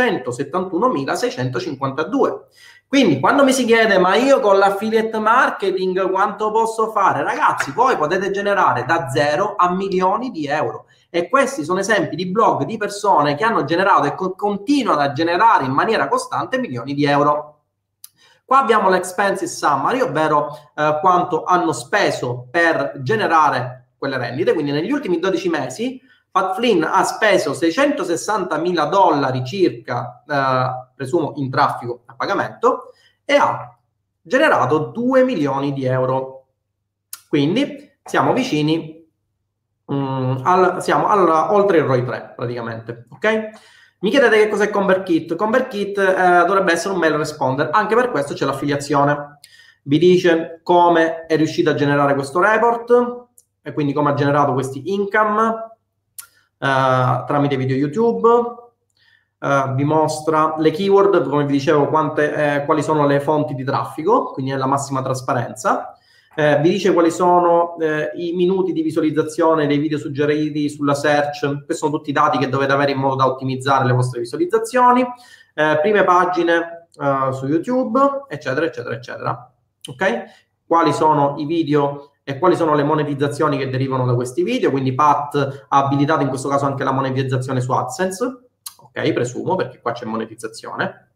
centosettantunomilaseicentocinquantadue. Quindi quando mi si chiede ma io con l'affiliate marketing quanto posso fare? Ragazzi, voi potete generare da zero a milioni di euro. E questi sono esempi di blog di persone che hanno generato e co- continuano a generare in maniera costante milioni di euro. Qua abbiamo l'expenses summary, ovvero eh, quanto hanno speso per generare quelle rendite. Quindi negli ultimi dodici mesi Pat Flynn ha speso seicentosessantamila dollari circa, eh, presumo in traffico a pagamento, e ha generato due milioni di euro. Quindi siamo vicini, um, al, siamo al, oltre il R O I tre praticamente, ok? Mi chiedete che cos'è ConvertKit? ConvertKit eh, dovrebbe essere un mail responder, anche per questo c'è l'affiliazione. Vi dice come è riuscito a generare questo report e quindi come ha generato questi income eh, tramite video YouTube. Uh, vi mostra le keyword, come vi dicevo, quante, eh, quali sono le fonti di traffico, quindi è la massima trasparenza. Eh, vi dice quali sono eh, i minuti di visualizzazione dei video suggeriti sulla search. Questi sono tutti i dati che dovete avere in modo da ottimizzare le vostre visualizzazioni. Eh, prime pagine uh, su YouTube, eccetera, eccetera, eccetera. Ok? Quali sono i video e quali sono le monetizzazioni che derivano da questi video? Quindi Pat ha abilitato in questo caso anche la monetizzazione su AdSense. Ok, presumo, perché qua c'è monetizzazione.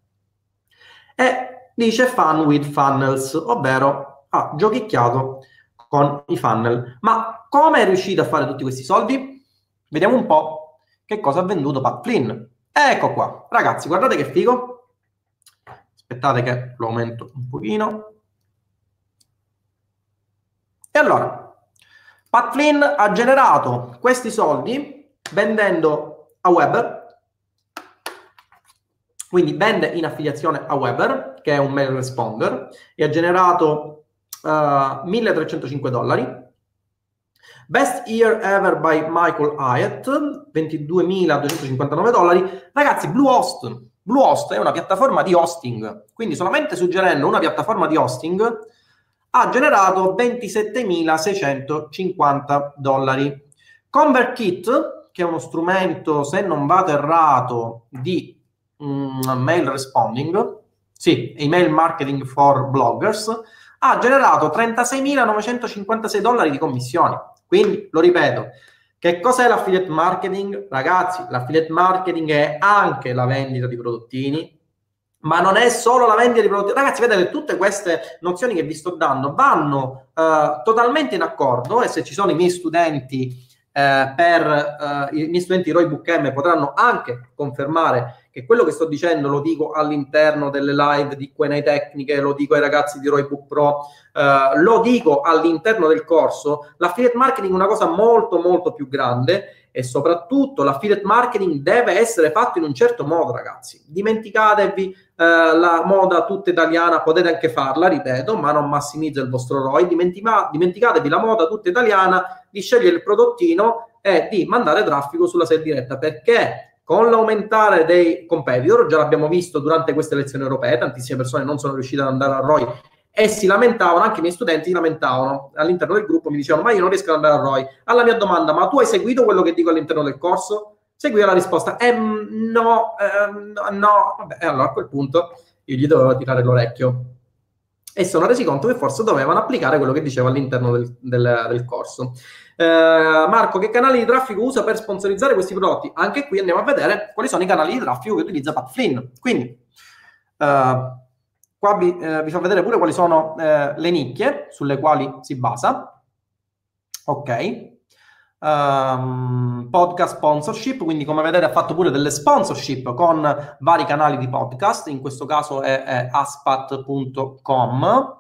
E dice fun with funnels, ovvero ha giochicchiato con i funnel. Ma come è riuscito a fare tutti questi soldi? Vediamo un po' che cosa ha venduto Pat Flynn. Ecco qua, ragazzi, guardate che figo. Aspettate che lo aumento un pochino. E allora, Pat Flynn ha generato questi soldi vendendo a Weber. Quindi vende in affiliazione a Weber, che è un mail responder, e ha generato uh, milletrecentocinque dollari. Best year ever by Michael Hyatt, ventiduemiladuecentocinquantanove dollari. Ragazzi, Bluehost. Bluehost è una piattaforma di hosting, quindi solamente suggerendo una piattaforma di hosting ha generato ventisettemilaseicentocinquanta dollari. ConvertKit, che è uno strumento, se non vado errato, di mail responding, sì, email marketing for bloggers, ha generato trentaseimilanovecentocinquantasei dollari di commissioni. Quindi, lo ripeto, che cos'è l'affiliate marketing? Ragazzi, l'affiliate marketing è anche la vendita di prodottini, ma non è solo la vendita di prodotti. Ragazzi, vedete, tutte queste nozioni che vi sto dando vanno uh, totalmente in accordo, e se ci sono i miei studenti, uh, per uh, i miei studenti R O I Book M potranno anche confermare che quello che sto dicendo lo dico all'interno delle live di Q and A tecniche, lo dico ai ragazzi di Roybook Pro, eh, lo dico all'interno del corso, l'affiliate marketing è una cosa molto molto più grande e soprattutto l'affiliate marketing deve essere fatto in un certo modo, ragazzi. Dimenticatevi eh, la moda tutta italiana, potete anche farla, ripeto, ma non massimizza il vostro R O I. Dimentica- dimenticatevi la moda tutta italiana di scegliere il prodottino e di mandare traffico sulla sales diretta, perché con l'aumentare dei competitor, già l'abbiamo visto durante queste elezioni europee, tantissime persone non sono riuscite ad andare al R O I e si lamentavano, anche i miei studenti si lamentavano all'interno del gruppo, mi dicevano: ma io non riesco ad andare al R O I. Alla mia domanda: ma tu hai seguito quello che dico all'interno del corso? Seguiva la risposta: eh, no, eh, no. Vabbè, allora a quel punto io gli dovevo tirare l'orecchio e sono resi conto che forse dovevano applicare quello che dicevo all'interno del, del, del corso. Eh, Marco, che canali di traffico usa per sponsorizzare questi prodotti? Anche qui andiamo a vedere quali sono i canali di traffico che utilizza Pat Flynn. Quindi, eh, qua vi, eh, vi fa vedere pure quali sono eh, le nicchie sulle quali si basa. Ok. Um, podcast sponsorship, quindi come vedete ha fatto pure delle sponsorship con vari canali di podcast, in questo caso è, è aspat punto com,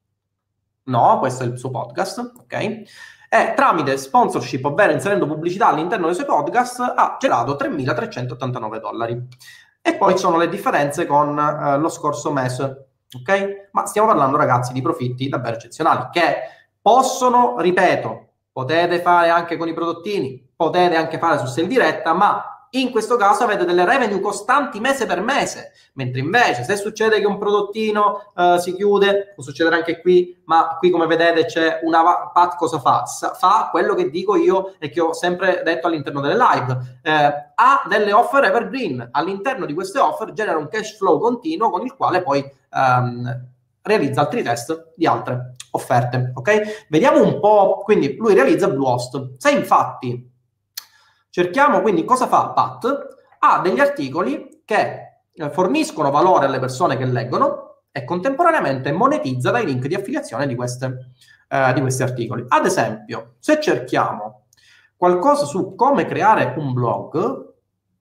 no, questo è il suo podcast, ok, e tramite sponsorship, ovvero inserendo pubblicità all'interno dei suoi podcast, ha generato tremilatrecentottantanove dollari. E poi ci sono le differenze con uh, lo scorso mese, ok, ma stiamo parlando, ragazzi, di profitti davvero eccezionali che possono, ripeto, potete fare anche con i prodottini, potete anche fare su sale diretta, ma in questo caso avete delle revenue costanti mese per mese, mentre invece se succede che un prodottino uh, si chiude, può succedere anche qui, ma qui come vedete c'è una Pat cosa fa? Fa quello che dico io e che ho sempre detto all'interno delle live, eh, ha delle offer evergreen, all'interno di queste offer genera un cash flow continuo con il quale poi um, realizza altri test di altre offerte, ok? Vediamo un po', quindi lui realizza Bluehost. Se infatti cerchiamo, quindi cosa fa Pat? Ha degli articoli che eh, forniscono valore alle persone che leggono e contemporaneamente monetizza dai link di affiliazione di, queste, eh, di questi articoli. Ad esempio, se cerchiamo qualcosa su come creare un blog,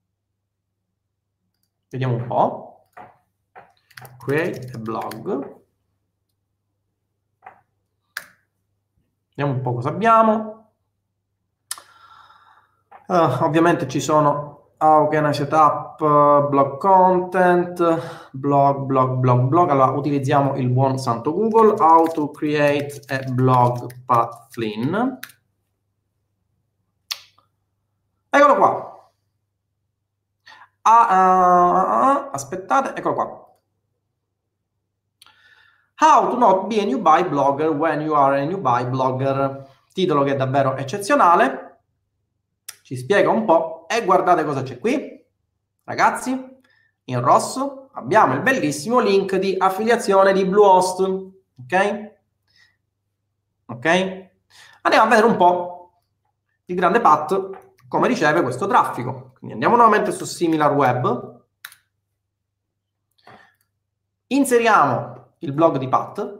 vediamo un po', create a blog, vediamo un po' cosa abbiamo. Uh, ovviamente ci sono how can I set up uh, blog content, blog, blog, blog, blog. Allora utilizziamo il buon santo Google, how to create a blog Pat Flynn. Eccolo qua. Ah, uh, aspettate, eccolo qua. How to not be a new buy blogger when you are a new buy blogger. Titolo che è davvero eccezionale. Ci spiega un po' e guardate cosa c'è qui, ragazzi. In rosso abbiamo il bellissimo link di affiliazione di Bluehost, ok? Ok? Andiamo a vedere un po' il grande Pat come riceve questo traffico. Quindi andiamo nuovamente su SimilarWeb, inseriamo il blog di Pat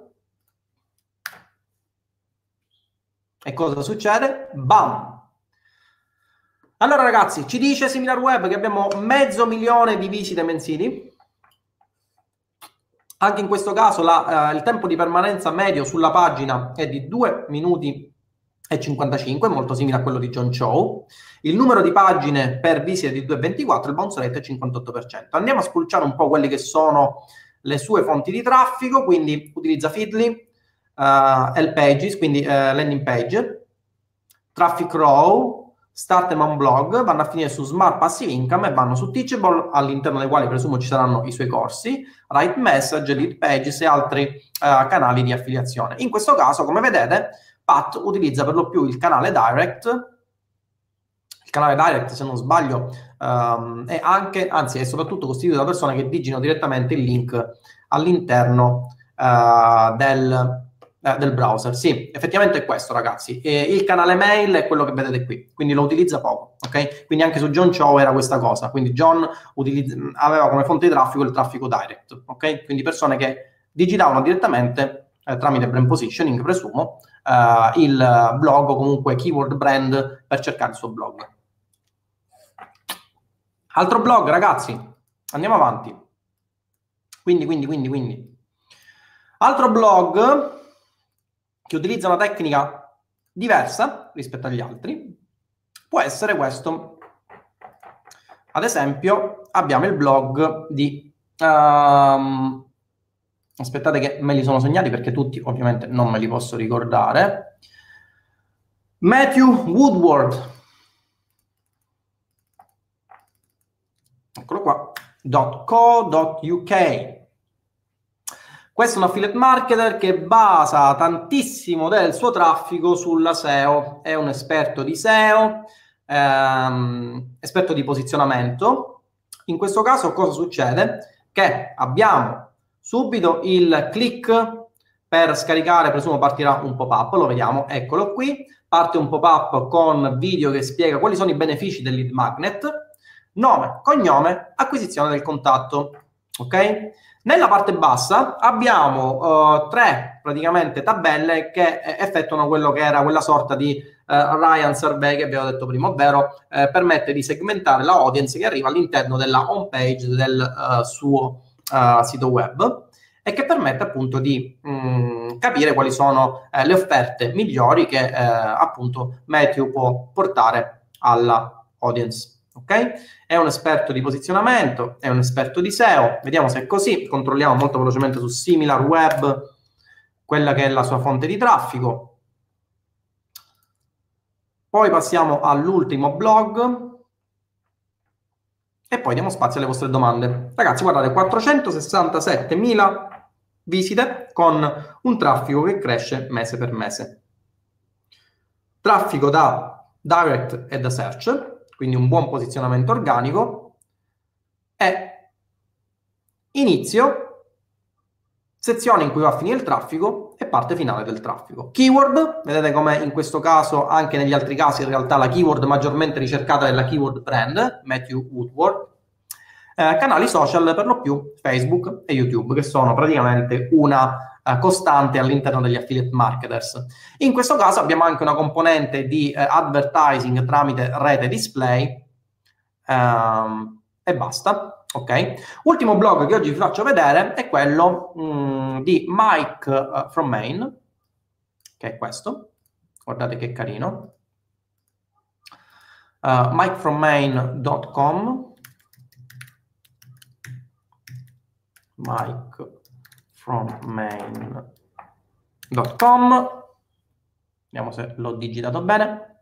e cosa succede? Bam! Allora ragazzi, ci dice SimilarWeb che abbiamo mezzo milione di visite mensili. Anche in questo caso la, eh, il tempo di permanenza medio sulla pagina è di due minuti e cinquantacinque, molto simile a quello di John Cho. Il numero di pagine per visita è di due virgola ventiquattro, il bounce rate è cinquantotto per cento. Andiamo a spulciare un po' quelle che sono le sue fonti di traffico, quindi utilizza Feedly, uh, L-Pages, quindi uh, landing page, Traffic Row, Start on Blog, vanno a finire su Smart Passive Income e vanno su Teachable, all'interno dei quali presumo ci saranno i suoi corsi, Right Message, Lead Pages e altri uh, canali di affiliazione. In questo caso, come vedete, Pat utilizza per lo più il canale Direct. Il canale Direct, se non sbaglio, um, è anche, anzi è soprattutto costituito da persone che digitano direttamente il link all'interno uh, del... del browser. Sì, effettivamente è questo, ragazzi. E il canale mail è quello che vedete qui, quindi lo utilizza poco, ok? Quindi anche su John Cho era questa cosa, quindi John utilizza, aveva come fonte di traffico il traffico direct, ok? Quindi persone che digitavano direttamente eh, tramite brand positioning, presumo, eh, il blog o comunque keyword brand per cercare il suo blog. Altro blog, ragazzi, Andiamo avanti. Quindi, quindi, quindi, quindi. Altro blog che utilizza una tecnica diversa rispetto agli altri può essere questo. Ad esempio, abbiamo il blog di... Um, aspettate che me li sono segnati perché tutti ovviamente non me li posso ricordare. Matthew Woodward. Eccolo qua. .co.uk. Questo è un affiliate marketer che basa tantissimo del suo traffico sulla S E O. È un esperto di S E O, ehm, esperto di posizionamento. In questo caso cosa succede? Che abbiamo subito il click per scaricare, presumo partirà un pop-up, lo vediamo, eccolo qui. Parte un pop-up con video che spiega quali sono i benefici del lead magnet. Nome, cognome, acquisizione del contatto. Ok? Nella parte bassa abbiamo uh, tre praticamente tabelle che eh, effettuano quello che era quella sorta di uh, Ryan Survey che abbiamo detto prima, ovvero eh, permette di segmentare la audience che arriva all'interno della home page del uh, suo uh, sito web e che permette appunto di mh, capire quali sono eh, le offerte migliori che eh, appunto Matthew può portare alla audience. Ok? È un esperto di posizionamento, è un esperto di S E O. Vediamo se è così. Controlliamo molto velocemente su SimilarWeb quella che è la sua fonte di traffico. Poi passiamo all'ultimo blog e poi diamo spazio alle vostre domande. Ragazzi, guardate, quattrocentosessantasettemila visite con un traffico che cresce mese per mese. Traffico da direct e da search, quindi un buon posizionamento organico, e inizio, sezione in cui va a finire il traffico e parte finale del traffico. Keyword, vedete come in questo caso, anche negli altri casi, in realtà la keyword maggiormente ricercata è la keyword brand, Matthew Woodward. Eh, canali social per lo più Facebook e YouTube, che sono praticamente una Uh, costante all'interno degli affiliate marketers. In questo caso abbiamo anche una componente di uh, advertising tramite rete display um, e basta. Ok. Ultimo blog che oggi vi faccio vedere è quello um, di Mike uh, from Maine, che è questo. Guardate che carino. Uh, mike from maine dot com. Mike from maine dot com. Vediamo se l'ho digitato bene.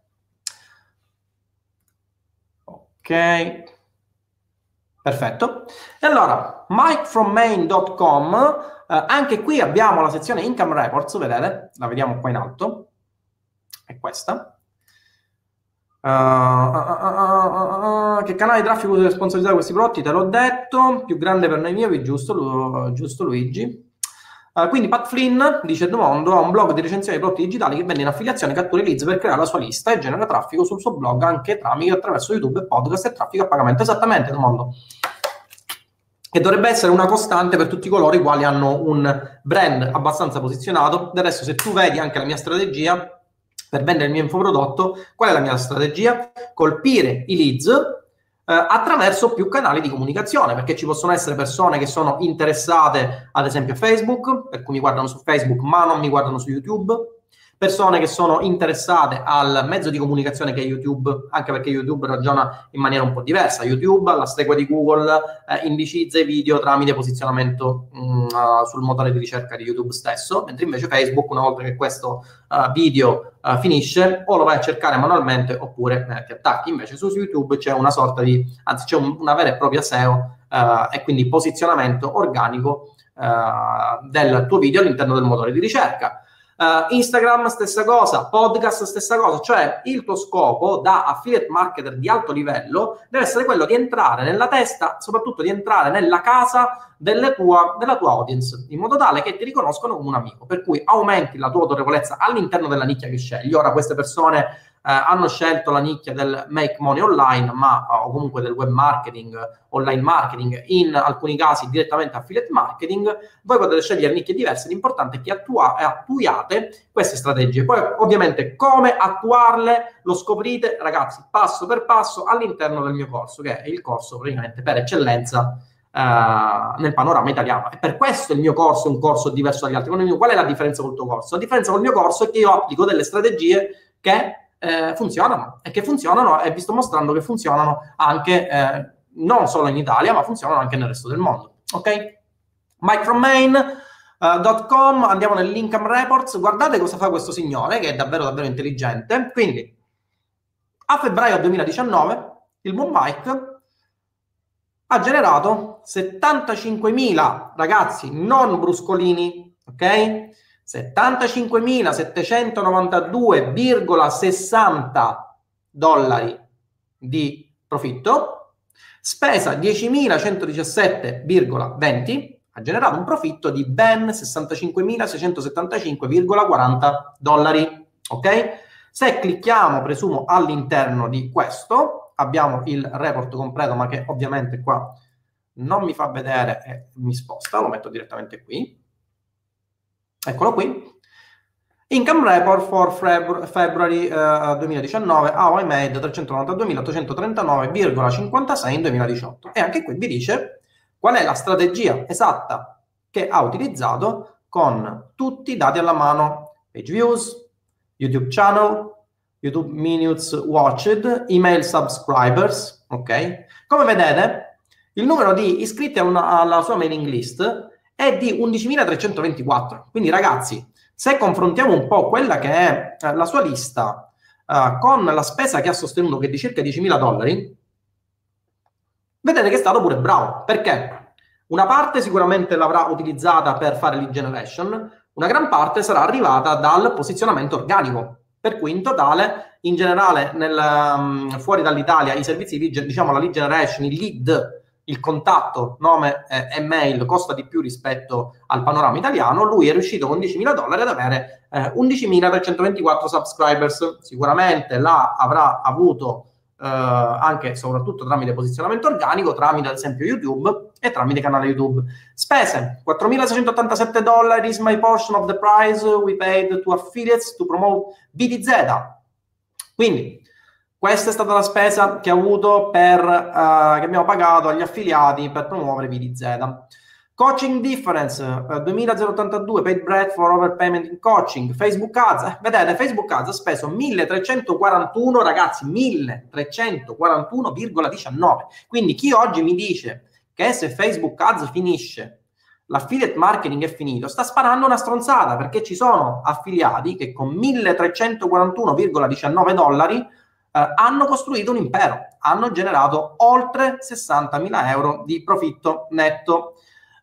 Ok, perfetto. E allora, mike from maine dot com, eh, anche qui abbiamo la sezione Income Reports, vedete? La vediamo qua in alto. È questa. Uh, uh, uh, uh, uh, che canale di traffico di responsabilità di questi prodotti? Te l'ho detto. Più grande per noi mio, giusto, Lu, giusto Luigi. Uh, quindi Pat Flynn, dice Edmondo, ha un blog di recensione di prodotti digitali che vende in affiliazione, cattura i leads per creare la sua lista e genera traffico sul suo blog anche tramite attraverso YouTube e podcast e traffico a pagamento. Esattamente, Edmondo. Che dovrebbe essere una costante per tutti coloro i quali hanno un brand abbastanza posizionato. Del resto, se tu vedi anche la mia strategia per vendere il mio infoprodotto, qual è la mia strategia? Colpire i leads Eh, attraverso più canali di comunicazione, perché ci possono essere persone che sono interessate ad esempio a Facebook, per cui mi guardano su Facebook ma non mi guardano su YouTube, persone che sono interessate al mezzo di comunicazione che è YouTube, anche perché YouTube ragiona in maniera un po' diversa. YouTube, alla stregua di Google, eh, indicizza i video tramite posizionamento mh, uh, sul motore di ricerca di YouTube stesso, mentre invece Facebook, una volta che questo uh, video uh, finisce, o lo vai a cercare manualmente oppure eh, ti attacchi. Invece su YouTube c'è una sorta di, anzi c'è un, una vera e propria S E O uh, e quindi posizionamento organico uh, del tuo video all'interno del motore di ricerca. Uh, Instagram stessa cosa, podcast stessa cosa, cioè il tuo scopo da affiliate marketer di alto livello deve essere quello di entrare nella testa, soprattutto di entrare nella casa delle tua, della tua audience, in modo tale che ti riconoscono come un amico, per cui aumenti la tua autorevolezza all'interno della nicchia che scegli. Ora queste persone eh, hanno scelto la nicchia del make money online, ma o comunque del web marketing, online marketing, in alcuni casi direttamente affiliate marketing. Voi potete scegliere nicchie diverse, l'importante è che attua- attuiate queste strategie. Poi ovviamente come attuarle lo scoprite, ragazzi, passo per passo all'interno del mio corso, che è il corso praticamente per eccellenza uh, nel panorama italiano. E per questo il mio corso è un corso diverso dagli altri. Qual è la differenza col tuo corso? La differenza col mio corso è che io applico delle strategie che eh, funzionano, e che funzionano, e vi sto mostrando che funzionano anche eh, non solo in Italia, ma funzionano anche nel resto del mondo. Ok? Mike from Maine dot com, andiamo nell'income reports, guardate cosa fa questo signore, che è davvero davvero intelligente. Quindi a febbraio duemiladiciannove il buon Mike ha generato settantacinquemila, ragazzi, non bruscolini, ok? settantacinquemilasettecentonovantadue virgola sessanta dollari di profitto, spesa diecimilacentodiciassette virgola venti, ha generato un profitto di ben sessantacinquemilaseicentosettantacinque virgola quaranta dollari, ok? Se clicchiamo, presumo, all'interno di questo, abbiamo il report completo, ma che ovviamente qua non mi fa vedere e mi sposta, lo metto direttamente qui. Eccolo qui. Income report for February uh, duemiladiciannove, how I made trecentonovantaduemilaottocentotrentanove virgola cinquantasei in duemiladiciotto. E anche qui vi dice qual è la strategia esatta che ha utilizzato, con tutti i dati alla mano: page views, YouTube channel, YouTube minutes watched, email subscribers, ok? Come vedete, il numero di iscritti alla, alla sua mailing list è di undicimilatrecentoventiquattro. Quindi ragazzi, se confrontiamo un po' quella che è eh, la sua lista eh, con la spesa che ha sostenuto, che è di circa diecimila dollari, vedete che è stato pure bravo. Perché? Una parte sicuramente l'avrà utilizzata per fare lead generation, una gran parte sarà arrivata dal posizionamento organico, per cui in totale, in generale, nel, um, fuori dall'Italia, i servizi di lead, diciamo la lead generation, il lead, il contatto, nome eh, e mail costa di più rispetto al panorama italiano. Lui è riuscito con diecimila dollari ad avere eh, undicimilatrecentoventiquattro subscribers. Sicuramente là avrà avuto eh, anche, soprattutto tramite posizionamento organico, tramite ad esempio YouTube e tramite canale YouTube. Spese quattromilaseicentottantasette dollari is my portion of the price we paid to affiliates to promote V D Z. Quindi questa è stata la spesa che ha avuto per uh, che abbiamo pagato agli affiliati per promuovere V D Z. Coaching difference uh, duemilaottantadue paid bread for overpayment in coaching. Facebook ads, eh, vedete, Facebook ads ha speso milletrecentoquarantuno, ragazzi, milletrecentoquarantuno virgola diciannove. Quindi chi oggi mi dice che se Facebook ads finisce, l'affiliate marketing è finito, sta sparando una stronzata, perché ci sono affiliati che con milletrecentoquarantuno virgola diciannove dollari Uh, hanno costruito un impero, hanno generato oltre sessantamila euro di profitto netto.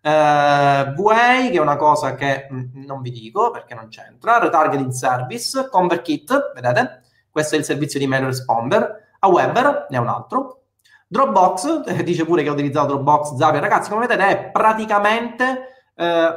Uh, V A, che è una cosa che mh, non vi dico perché non c'entra, retargeting service, ConvertKit, vedete? Questo è il servizio di mail responder. A Weber ne è un altro. Dropbox, eh, dice pure che ha utilizzato Dropbox, Zapier. Ragazzi, come vedete è praticamente eh,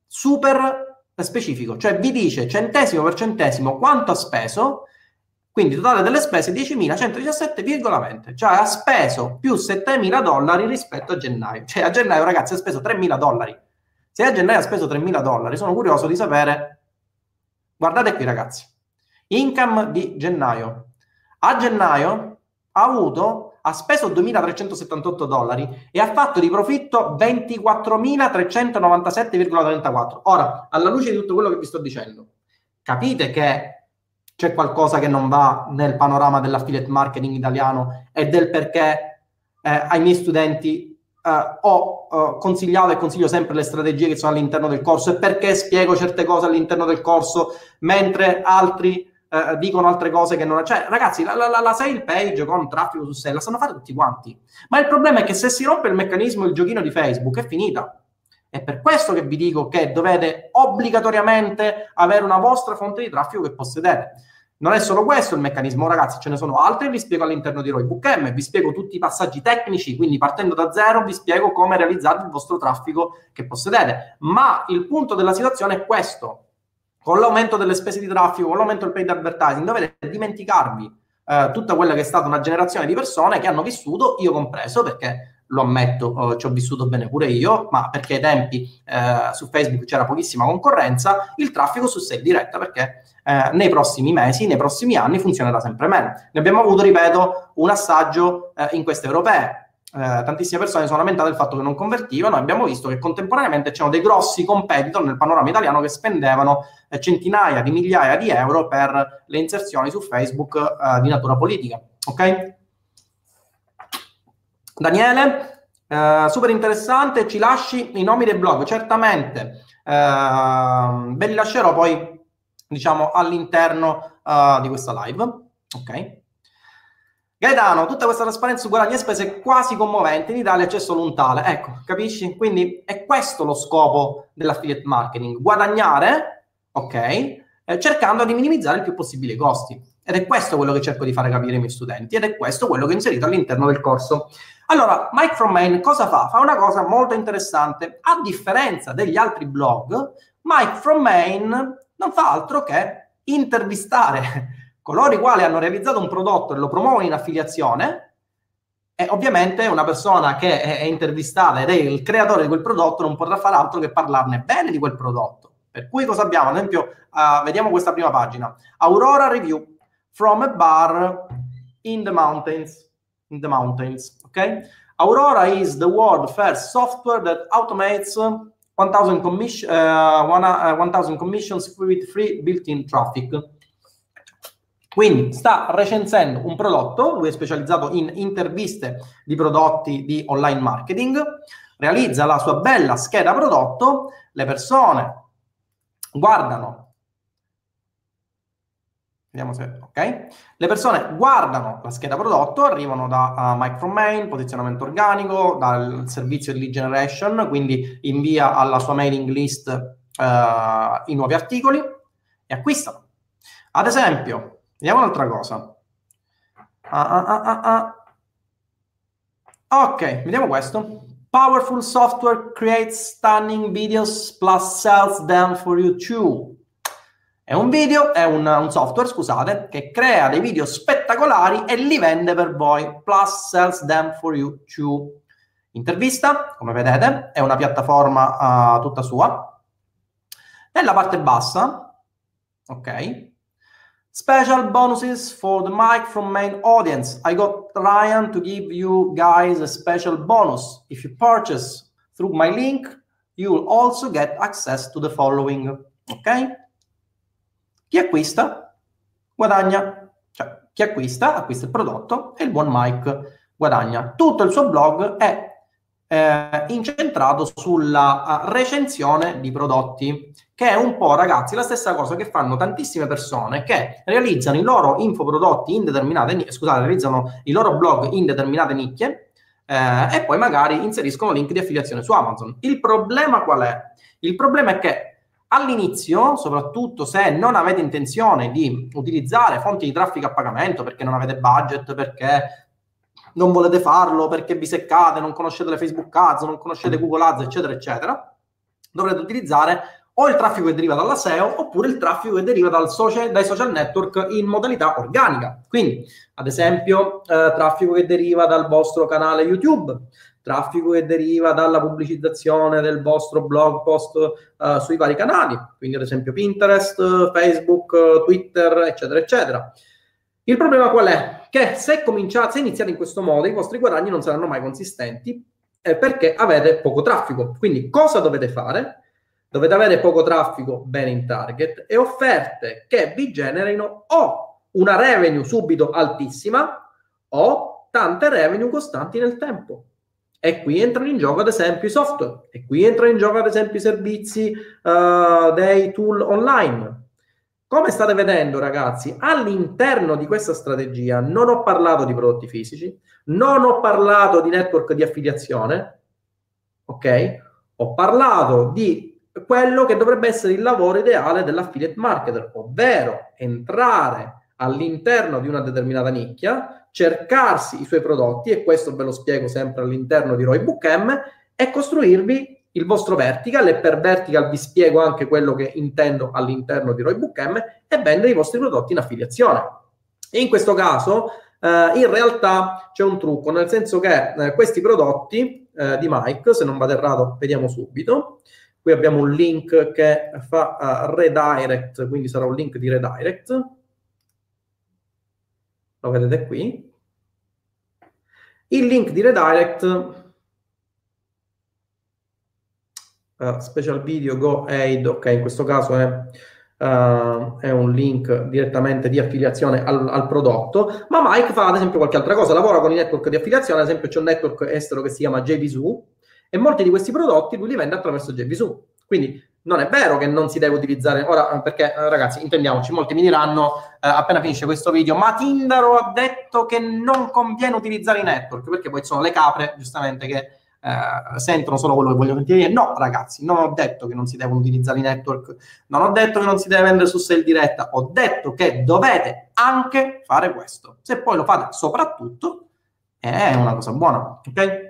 super specifico, cioè vi dice centesimo per centesimo quanto ha speso. Quindi totale delle spese diecimilacentodiciassette virgola venti, cioè ha speso più settemila dollari rispetto a gennaio. Cioè a gennaio, ragazzi, ha speso tremila dollari. Se a gennaio ha speso tremila dollari, sono curioso di sapere, guardate qui ragazzi, income di gennaio. A gennaio ha avuto, ha speso duemilatrecentosettantotto dollari e ha fatto di profitto ventiquattromilatrecentonovantasette virgola trentaquattro. Ora, alla luce di tutto quello che vi sto dicendo, capite che c'è qualcosa che non va nel panorama dell'affiliate marketing italiano e del perché eh, ai miei studenti eh, ho eh, consigliato e consiglio sempre le strategie che sono all'interno del corso, e perché spiego certe cose all'interno del corso mentre altri eh, dicono altre cose che non... Cioè, ragazzi, la, la, la sale page con traffico su sale la sanno fare tutti quanti, ma il problema è che se si rompe il meccanismo, il giochino di Facebook, è finita. È per questo che vi dico che dovete obbligatoriamente avere una vostra fonte di traffico che possedete. Non è solo questo il meccanismo, ragazzi, ce ne sono altri, vi spiego all'interno di Roybook M, vi spiego tutti i passaggi tecnici, quindi partendo da zero vi spiego come realizzare il vostro traffico che possedete. Ma il punto della situazione è questo: con l'aumento delle spese di traffico, con l'aumento del paid advertising, dovete dimenticarvi eh, tutta quella che è stata una generazione di persone che hanno vissuto, io compreso, perché lo ammetto, eh, ci ho vissuto bene pure io, ma perché ai tempi eh, su Facebook c'era pochissima concorrenza, il traffico su sale diretta, perché eh, nei prossimi mesi, nei prossimi anni funzionerà sempre meno. Ne abbiamo avuto, ripeto, un assaggio eh, in queste europee. eh, tantissime persone sono lamentate del fatto che non convertivano, e abbiamo visto che contemporaneamente c'erano dei grossi competitor nel panorama italiano che spendevano eh, centinaia di migliaia di euro per le inserzioni su Facebook eh, di natura politica. Ok? Daniele, eh, super interessante, ci lasci i nomi dei blog? Certamente, eh, ve li lascerò poi, diciamo, all'interno uh, di questa live. Ok? Gaetano, tutta questa trasparenza su guadagni e spese è quasi commovente, in Italia c'è solo un tale. Ecco, capisci? Quindi è questo lo scopo dell'affiliate marketing, guadagnare, ok, eh, cercando di minimizzare il più possibile i costi. Ed è questo quello che cerco di fare capire ai miei studenti, ed è questo quello che ho inserito all'interno del corso. Allora, Mike from Maine cosa fa? Fa una cosa molto interessante. A differenza degli altri blog, Mike from Maine non fa altro che intervistare coloro i quali hanno realizzato un prodotto e lo promuovono in affiliazione, e ovviamente una persona che è intervistata ed è il creatore di quel prodotto non potrà fare altro che parlarne bene di quel prodotto. Per cui cosa abbiamo? Ad esempio, uh, vediamo questa prima pagina. Aurora Review from a bar in the mountains. In the mountains, ok? Aurora is the world first software that automates one thousand commission, uh, one thousand commissions with free built-in traffic. Quindi sta recensendo un prodotto, lui è specializzato in interviste di prodotti di online marketing, realizza la sua bella scheda prodotto, le persone guardano, vediamo se, ok, le persone guardano la scheda prodotto, arrivano da uh, Mike from Maine, posizionamento organico, dal servizio di lead generation, quindi invia alla sua mailing list uh, i nuovi articoli e acquistano. Ad esempio, vediamo un'altra cosa. Ah, ah, ah, ah, ah. Ok, vediamo questo. Powerful software creates stunning videos plus sells them for you too. È un video, è un, un software, scusate, che crea dei video spettacolari e li vende per voi. Plus sells them for you too. Intervista, come vedete, è una piattaforma uh, tutta sua. Nella parte bassa, ok, special bonuses for the Mike from Maine audience. I got Ryan to give you guys a special bonus. If you purchase through my link, you will also get access to the following. Ok? Chi acquista guadagna. Cioè, chi acquista, acquista il prodotto e il buon Mike guadagna. Tutto il suo blog è eh, incentrato sulla uh, recensione di prodotti, che è un po', ragazzi, la stessa cosa che fanno tantissime persone che realizzano i loro infoprodotti in determinate, scusate, realizzano i loro blog in determinate nicchie eh, e poi magari inseriscono link di affiliazione su Amazon. Il problema qual è? Il problema è che all'inizio, soprattutto se non avete intenzione di utilizzare fonti di traffico a pagamento, perché non avete budget, perché non volete farlo, perché vi seccate, non conoscete le Facebook Ads, non conoscete Google Ads, eccetera, eccetera, dovrete utilizzare o il traffico che deriva dalla S E O oppure il traffico che deriva dal social, dai social network in modalità organica. Quindi, ad esempio, eh, traffico che deriva dal vostro canale YouTube, traffico che deriva dalla pubblicizzazione del vostro blog post uh, sui vari canali, quindi ad esempio Pinterest, Facebook, Twitter, eccetera, eccetera. Il problema qual è? Che se cominciate, se iniziate in questo modo, i vostri guadagni non saranno mai consistenti eh, perché avete poco traffico. Quindi cosa dovete fare? Dovete avere poco traffico bene in target e offerte che vi generino o una revenue subito altissima o tante revenue costanti nel tempo. E qui entrano in gioco ad esempio i software, e qui entrano in gioco ad esempio i servizi uh, dei tool online. Come state vedendo, ragazzi, all'interno di questa strategia non ho parlato di prodotti fisici, non ho parlato di network di affiliazione, ok? Ho parlato di quello che dovrebbe essere il lavoro ideale dell'affiliate marketer, ovvero entrare all'interno di una determinata nicchia, cercarsi i suoi prodotti, e questo ve lo spiego sempre all'interno di Roybook M, e costruirvi il vostro vertical, e per vertical vi spiego anche quello che intendo all'interno di Roybook M, e vendere i vostri prodotti in affiliazione. E in questo caso eh, in realtà c'è un trucco, nel senso che eh, questi prodotti eh, di Mike, se non vado errato, vediamo subito. Qui abbiamo un link che fa uh, redirect, quindi sarà un link di redirect. Lo vedete qui. Il link di redirect, uh, special video go aid, ok, in questo caso è, uh, è un link direttamente di affiliazione al, al prodotto, ma Mike fa ad esempio qualche altra cosa, lavora con i network di affiliazione, ad esempio c'è un network estero che si chiama J V S U e molti di questi prodotti lui li vende attraverso J V S U, quindi non è vero che non si deve utilizzare, ora perché ragazzi intendiamoci, molti mi diranno eh, appena finisce questo video, ma Tindaro ha detto che non conviene utilizzare i network, perché poi sono le capre giustamente che eh, sentono solo quello che vogliono sentire. No ragazzi, non ho detto che non si devono utilizzare i network, non ho detto che non si deve vendere su sale diretta, ho detto che dovete anche fare questo, se poi lo fate soprattutto è una cosa buona, ok?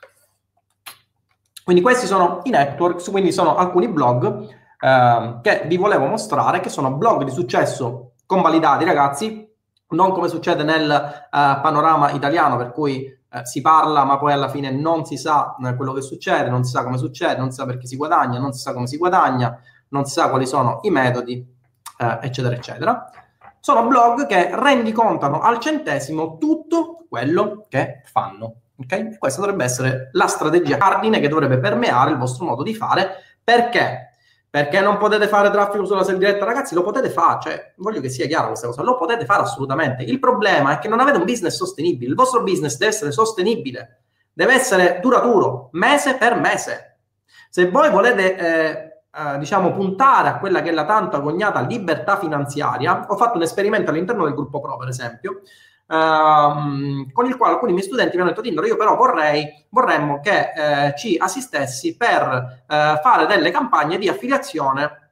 Quindi questi sono i networks, quindi sono alcuni blog eh, che vi volevo mostrare, che sono blog di successo convalidati, ragazzi, non come succede nel eh, panorama italiano, per cui eh, si parla ma poi alla fine non si sa eh, quello che succede, non si sa come succede, non si sa perché si guadagna, non si sa come si guadagna, non si sa quali sono i metodi, eh, eccetera, eccetera. Sono blog che rendicontano al centesimo tutto quello che fanno. Okay? Questa dovrebbe essere la strategia cardine che dovrebbe permeare il vostro modo di fare. Perché? Perché non potete fare traffico sulla sale diretta? Ragazzi, lo potete fare, cioè, voglio che sia chiaro questa cosa, lo potete fare assolutamente. Il problema è che non avete un business sostenibile. Il vostro business deve essere sostenibile, deve essere duraturo, mese per mese. Se voi volete... Eh, Eh, diciamo puntare a quella che è la tanto agognata libertà finanziaria, ho fatto un esperimento all'interno del gruppo Pro, per esempio, ehm, con il quale alcuni miei studenti mi hanno detto: Tindaro, io però vorrei vorremmo che eh, ci assistessi per eh, fare delle campagne di affiliazione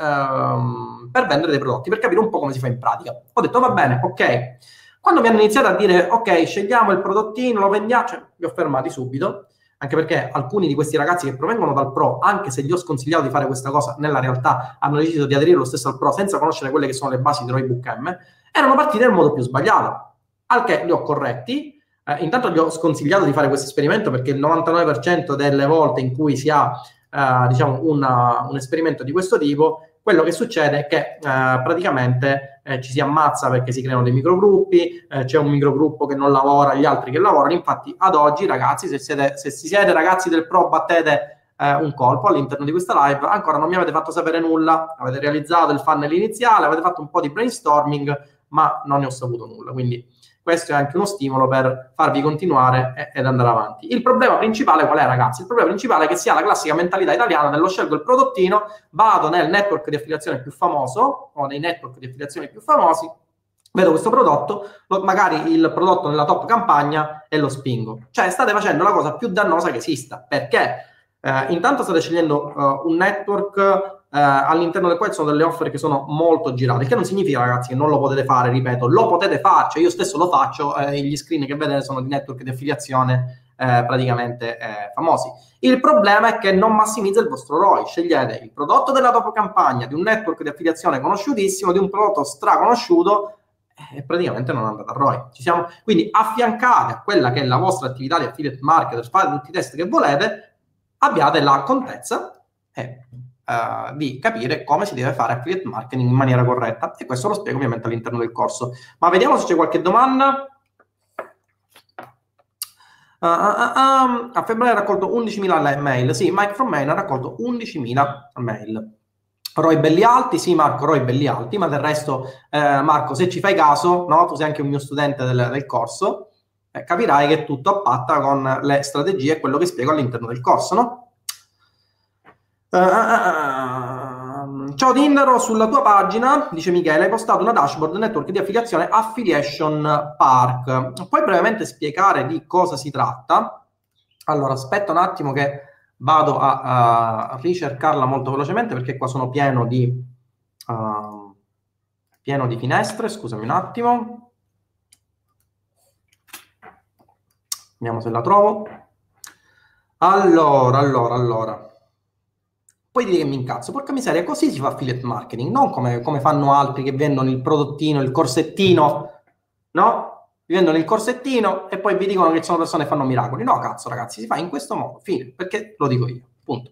ehm, per vendere dei prodotti, per capire un po' come si fa in pratica. Ho detto va bene, ok. Quando mi hanno iniziato a dire ok, scegliamo il prodottino, lo vendiamo, cioè, vi ho fermati subito, anche perché alcuni di questi ragazzi che provengono dal Pro, anche se gli ho sconsigliato di fare questa cosa, nella realtà hanno deciso di aderire lo stesso al Pro senza conoscere quelle che sono le basi di Roybook M, erano partiti nel modo più sbagliato, al che li ho corretti. Eh, intanto gli ho sconsigliato di fare questo esperimento perché il novantanove per cento delle volte in cui si ha eh, diciamo una, un esperimento di questo tipo, quello che succede è che eh, praticamente eh, ci si ammazza perché si creano dei microgruppi, eh, c'è un microgruppo che non lavora, gli altri che lavorano. Infatti ad oggi ragazzi, se siete, se siete ragazzi del Pro, battete eh, un colpo all'interno di questa live, ancora non mi avete fatto sapere nulla, avete realizzato il funnel iniziale, avete fatto un po' di brainstorming, ma non ne ho saputo nulla, quindi questo è anche uno stimolo per farvi continuare ed andare avanti. Il problema principale qual è, ragazzi? Il problema principale è che si ha la classica mentalità italiana dello scelgo il prodottino, vado nel network di affiliazione più famoso o nei network di affiliazione più famosi, vedo questo prodotto, magari il prodotto nella top campagna e lo spingo. Cioè state facendo la cosa più dannosa che esista, perché eh, intanto state scegliendo uh, un network Uh, all'interno del quale sono delle offer che sono molto girate, che non significa, ragazzi, che non lo potete fare, ripeto, lo potete fare, cioè io stesso lo faccio, eh, gli screen che vedete sono di network di affiliazione eh, praticamente eh, famosi. Il problema è che non massimizza il vostro R O I, scegliete il prodotto della dopo campagna di un network di affiliazione conosciutissimo, di un prodotto straconosciuto e praticamente non andate a R O I. Ci siamo? Quindi affiancate a quella che è la vostra attività di affiliate marketer, fate tutti i test che volete, abbiate la contezza e Uh, di capire come si deve fare affiliate marketing in maniera corretta, e questo lo spiego ovviamente all'interno del corso. Ma vediamo se c'è qualche domanda. Uh, uh, uh, a febbraio ha raccolto undicimila mail. Sì, Mike from Maine ha raccolto undicimila mail. R O I belli alti, sì Marco, R O I belli alti, ma del resto eh, Marco, se ci fai caso, no, tu sei anche un mio studente del, del corso, eh, capirai che tutto a patta con le strategie e quello che spiego all'interno del corso, no? Uh, uh, uh, ciao Tindaro, sulla tua pagina, dice Michele, hai postato una dashboard network di affiliazione Affiliation Park. Puoi brevemente spiegare di cosa si tratta? Allora, aspetta un attimo che vado a, a ricercarla molto velocemente perché qua sono pieno di, uh, pieno di finestre, scusami un attimo. Vediamo se la trovo. Allora, allora, allora. Poi dire che mi incazzo, porca miseria, così si fa affiliate marketing, non come, come fanno altri che vendono il prodottino, il corsettino, no? Vi vendono il corsettino e poi vi dicono che ci sono persone che fanno miracoli. No, cazzo, ragazzi, si fa in questo modo, fine, perché lo dico io, punto.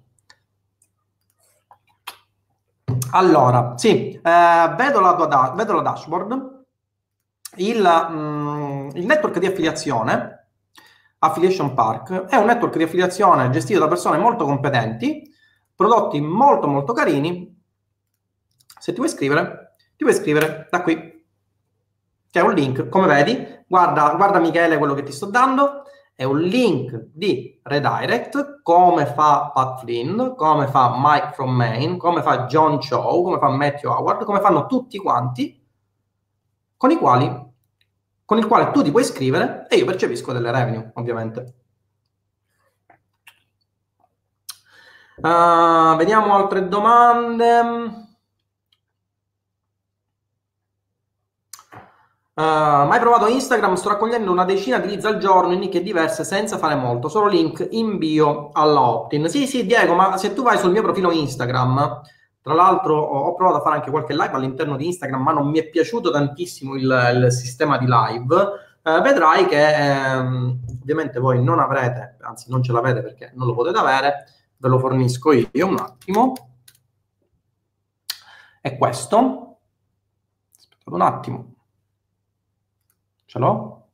Allora, sì, eh, vedo, la tua da- vedo la dashboard, il, mm, il network di affiliazione Affiliation Park è un network di affiliazione gestito da persone molto competenti, prodotti molto molto carini. Se ti vuoi iscrivere, ti puoi iscrivere da qui, che è un link, come vedi, guarda, guarda Michele quello che ti sto dando, è un link di redirect, come fa Pat Flynn, come fa Mike from Maine, come fa John Chow, come fa Matthew Howard, come fanno tutti quanti, con i quali, con il quale tu ti puoi iscrivere e io percepisco delle revenue, ovviamente. Uh, vediamo altre domande. Uh, mai provato Instagram? Sto raccogliendo una decina di leads al giorno in nicchie diverse senza fare molto, solo link in bio alla opt-in. Sì, sì, Diego, ma se tu vai sul mio profilo Instagram, tra l'altro ho, ho provato a fare anche qualche live all'interno di Instagram, ma non mi è piaciuto tantissimo il, il sistema di live. Uh, vedrai che ehm, ovviamente voi non avrete, anzi non ce l'avete perché non lo potete avere, ve lo fornisco io un attimo. È questo. Aspettate un attimo. Ce l'ho?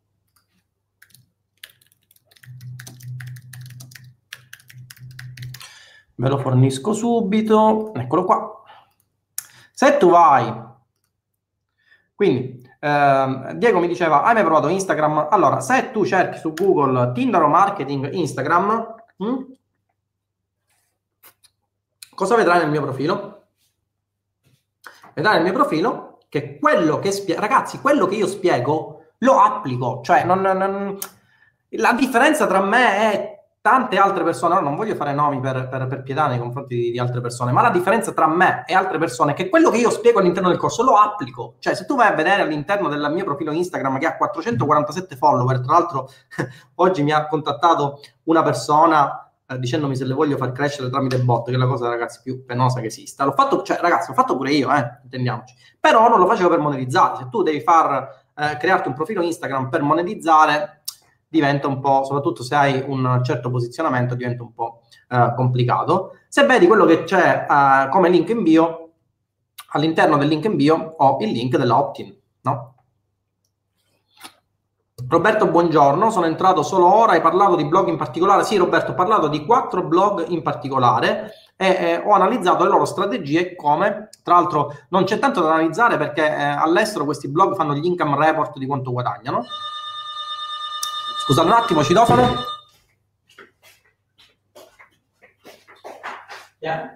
Ve lo fornisco subito. Eccolo qua. Se tu vai, quindi ehm, Diego mi diceva, hai mai provato Instagram? Allora, se tu cerchi su Google Tindaro Marketing Instagram, hm, cosa vedrai nel mio profilo? Vedrai nel mio profilo che quello che spiego, ragazzi, quello che io spiego lo applico, cioè non, non, la differenza tra me e tante altre persone, non voglio fare nomi per, per, per pietà nei confronti di, di altre persone, ma la differenza tra me e altre persone è che quello che io spiego all'interno del corso lo applico, cioè se tu vai a vedere all'interno del mio profilo Instagram che ha quattrocentoquarantasette follower, tra l'altro oggi mi ha contattato una persona eh, dicendomi se le voglio far crescere tramite bot, che è la cosa, ragazzi, più penosa che esista. L'ho fatto, cioè ragazzi, l'ho fatto pure io, eh, intendiamoci, però non lo facevo per monetizzare. Se tu devi far Eh, crearti un profilo Instagram per monetizzare diventa un po', soprattutto se hai un certo posizionamento, diventa un po' eh, complicato. Se vedi quello che c'è eh, come link in bio, all'interno del link in bio ho il link della opt-in, no? Roberto, buongiorno, sono entrato solo ora, hai parlato di blog in particolare? Sì, Roberto, ho parlato di quattro blog in particolare e eh, ho analizzato le loro strategie e come, tra l'altro non c'è tanto da analizzare perché eh, all'estero questi blog fanno gli income report di quanto guadagnano. Scusate un attimo, citofono. Yeah.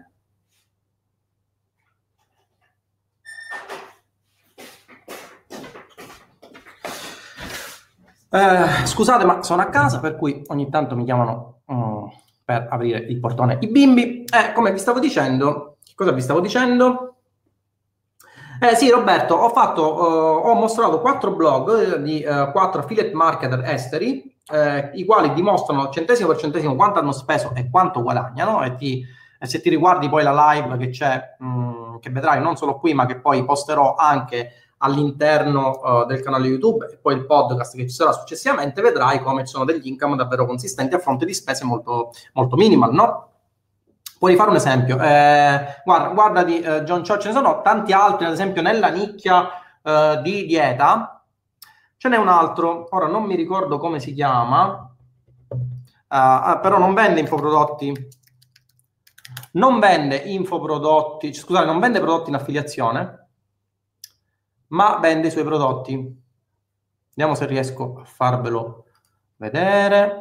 Eh, scusate, ma sono a casa, per cui ogni tanto mi chiamano um, per aprire il portone i bimbi. Eh, come vi stavo dicendo, cosa vi stavo dicendo? Eh sì, Roberto, ho fatto, uh, ho mostrato quattro blog di uh, quattro affiliate marketer esteri, eh, i quali dimostrano centesimo per centesimo quanto hanno speso e quanto guadagnano. E, ti, e se ti riguardi poi la live che c'è, mh, che vedrai non solo qui, ma che poi posterò anche all'interno uh, del canale YouTube e poi il podcast che ci sarà successivamente, vedrai come ci sono degli income davvero consistenti a fronte di spese molto, molto minimal, no? Puoi fare un esempio, eh, guarda, guarda di eh, John Cho, ce ne sono tanti altri, ad esempio nella nicchia eh, di dieta, ce n'è un altro, ora non mi ricordo come si chiama, uh, però non vende infoprodotti, non vende infoprodotti, scusate, non vende prodotti in affiliazione, ma vende i suoi prodotti. Vediamo se riesco a farvelo vedere.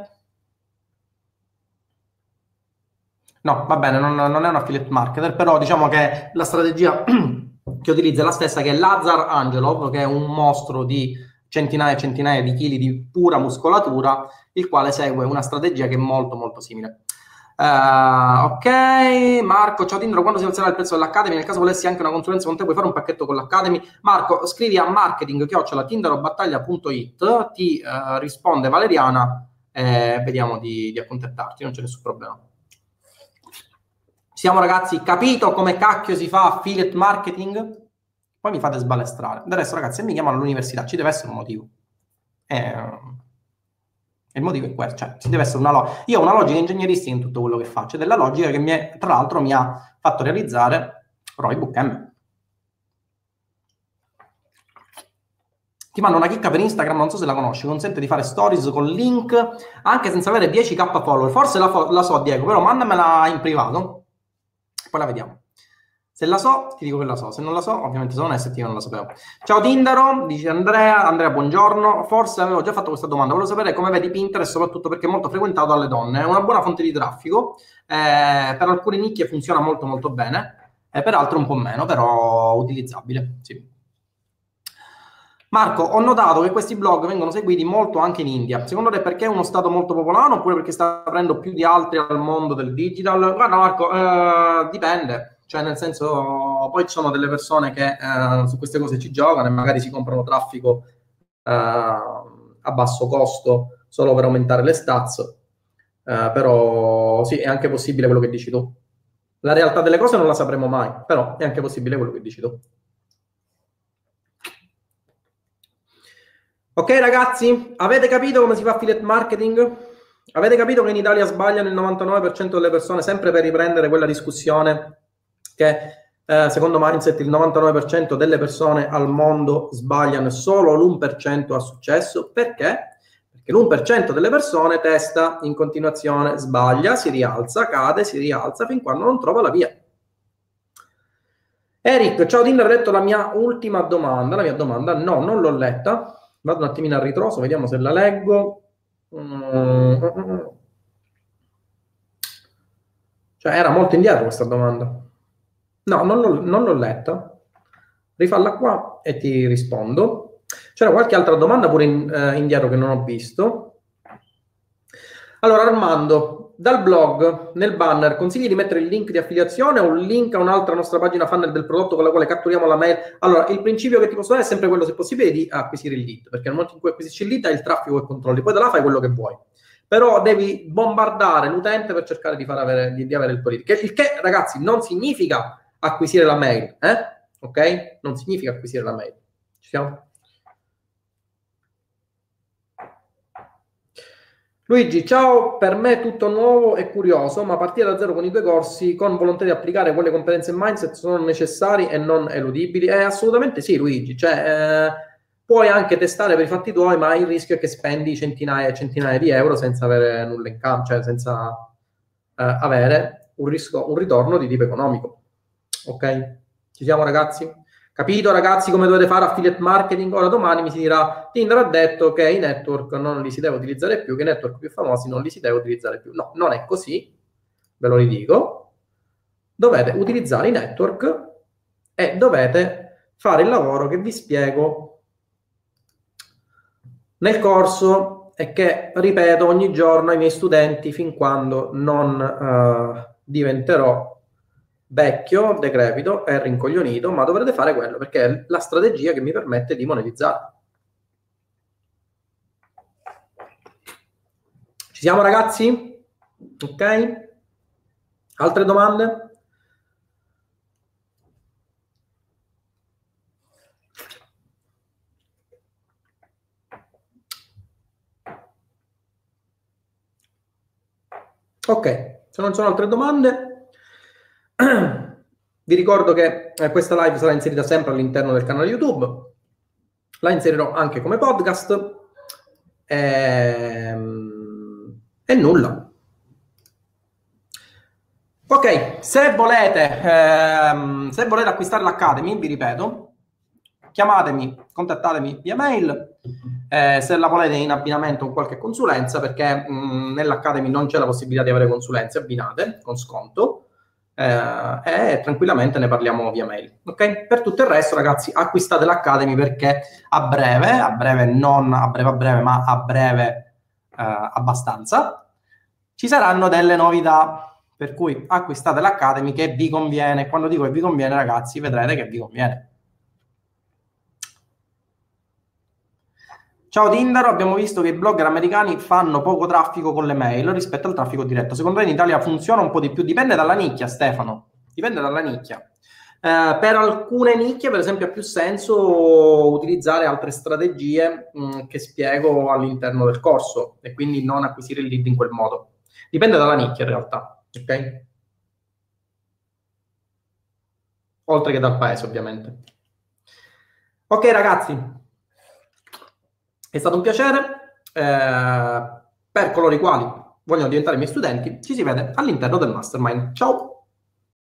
No, va bene, non, non è un affiliate marketer, però diciamo che la strategia che utilizza è la stessa che Lazar Angelov, che è un mostro di centinaia e centinaia di chili di pura muscolatura, il quale segue una strategia che è molto molto simile. Uh, ok, Marco, ciao Tindaro, quando si alzerà il prezzo dell'Academy? Nel caso volessi anche una consulenza con te, puoi fare un pacchetto con l'Academy? Marco, scrivi a marketing chiocciola tindarobattaglia punto it, ti uh, risponde Valeriana e vediamo di, di accontentarti, non c'è nessun problema. Siamo ragazzi, capito come cacchio si fa affiliate marketing? Poi mi fate sbalestrare. Del resto ragazzi, se mi chiamano all'università ci deve essere un motivo. E il motivo è questo, cioè ci deve essere una logica. Io ho una logica ingegneristica in tutto quello che faccio, ed è la logica che mi è, tra l'altro mi ha fatto realizzare Roybook M. Ti mando una chicca per Instagram, non so se la conosci, consente di fare stories con link anche senza avere dieci k follower. Forse la, fo- la so, Diego, però mandamela in privato, poi la vediamo. Se la so, ti dico che la so. Se non la so, ovviamente sono onesto e io non la sapevo. Ciao Tindaro, dice Andrea. Andrea, buongiorno. Forse avevo già fatto questa domanda. Volevo sapere come vedi Pinterest, soprattutto perché è molto frequentato dalle donne. È una buona fonte di traffico. Eh, per alcune nicchie funziona molto molto bene, e per altre un po' meno, però utilizzabile. Sì. Marco, ho notato che questi blog vengono seguiti molto anche in India. Secondo te perché è uno stato molto popolare oppure perché sta aprendo più di altri al mondo del digital? Guarda Marco, eh, dipende. Cioè nel senso, poi ci sono delle persone che eh, su queste cose ci giocano e magari si comprano traffico eh, a basso costo solo per aumentare le stats. Eh, però sì, è anche possibile quello che dici tu. La realtà delle cose non la sapremo mai, però è anche possibile quello che dici tu. Ok ragazzi, avete capito come si fa affiliate marketing? Avete capito che in Italia sbagliano il novantanove per cento delle persone, sempre per riprendere quella discussione che eh, secondo Mindset il novantanove per cento delle persone al mondo sbagliano e solo l'uno per cento ha successo? Perché? Perché l'uno per cento delle persone testa in continuazione, sbaglia, si rialza, cade, si rialza fin quando non trova la via. Eric, ciao Tinder, ho letto la mia ultima domanda, la mia domanda no, non l'ho letta. Vado un attimino a ritroso, vediamo se la leggo. Mm. Cioè, era molto indietro questa domanda. No, non l'ho, non l'ho letta. Rifalla qua e ti rispondo. C'era qualche altra domanda pure in, eh, indietro che non ho visto. Allora, Armando, dal blog, nel banner, consigli di mettere il link di affiliazione o un link a un'altra nostra pagina funnel del prodotto con la quale catturiamo la mail? Allora, il principio che ti posso dare è sempre quello, se possibile, di acquisire il lead, perché nel momento in cui acquisisci il lead hai il traffico e controlli, poi da là fai quello che vuoi. Però devi bombardare l'utente per cercare di far avere, di, di avere il tuo lead. Che, il che, ragazzi, non significa acquisire la mail, eh? Ok? Non significa acquisire la mail. Ci siamo? Luigi, ciao, per me è tutto nuovo e curioso, ma partire da zero con i due corsi con volontà di applicare quelle competenze e mindset sono necessari e non eludibili? Eh, assolutamente sì, Luigi, cioè, eh, puoi anche testare per i fatti tuoi, ma il rischio è che spendi centinaia e centinaia di euro senza avere nulla in campo, cioè senza eh, avere un, rischio, un ritorno di tipo economico. Ok? Ci siamo ragazzi? Capito ragazzi come dovete fare affiliate marketing? Ora domani mi si dirà Tinder ha detto che i network non li si deve utilizzare più, che i network più famosi non li si deve utilizzare più. No, non è così, ve lo ridico. Dovete utilizzare i network e dovete fare il lavoro che vi spiego nel corso e che ripeto ogni giorno ai miei studenti fin quando non uh, diventerò vecchio, decrepito e rincoglionito, ma dovrete fare quello perché è la strategia che mi permette di monetizzare. Ci siamo ragazzi? Ok? Altre domande? Ok, se non ci sono altre domande, vi ricordo che eh, questa live sarà inserita sempre all'interno del canale YouTube, la inserirò anche come podcast ehm, e nulla. Ok, se volete, ehm, se volete acquistare l'Academy, vi ripeto, chiamatemi, contattatemi via mail, eh, se la volete in abbinamento con qualche consulenza, perché mh, nell'Academy non c'è la possibilità di avere consulenze abbinate con sconto, eh, e tranquillamente ne parliamo via mail. Ok? Per tutto il resto, ragazzi, acquistate l'Academy perché a breve, a breve non a breve a breve, ma a breve eh, abbastanza, ci saranno delle novità. Per cui acquistate l'Academy che vi conviene. Quando dico che vi conviene, ragazzi, vedrete che vi conviene. Ciao Tinder, abbiamo visto che i blogger americani fanno poco traffico con le mail rispetto al traffico diretto. Secondo me in Italia funziona un po' di più? Dipende dalla nicchia, Stefano. Dipende dalla nicchia. Eh, per alcune nicchie, per esempio, ha più senso utilizzare altre strategie mh, che spiego all'interno del corso e quindi non acquisire il lead in quel modo. Dipende dalla nicchia in realtà, ok? Oltre che dal paese, ovviamente. Ok, ragazzi. È stato un piacere. Eh, per coloro i quali vogliono diventare miei studenti, ci si vede all'interno del mastermind. Ciao!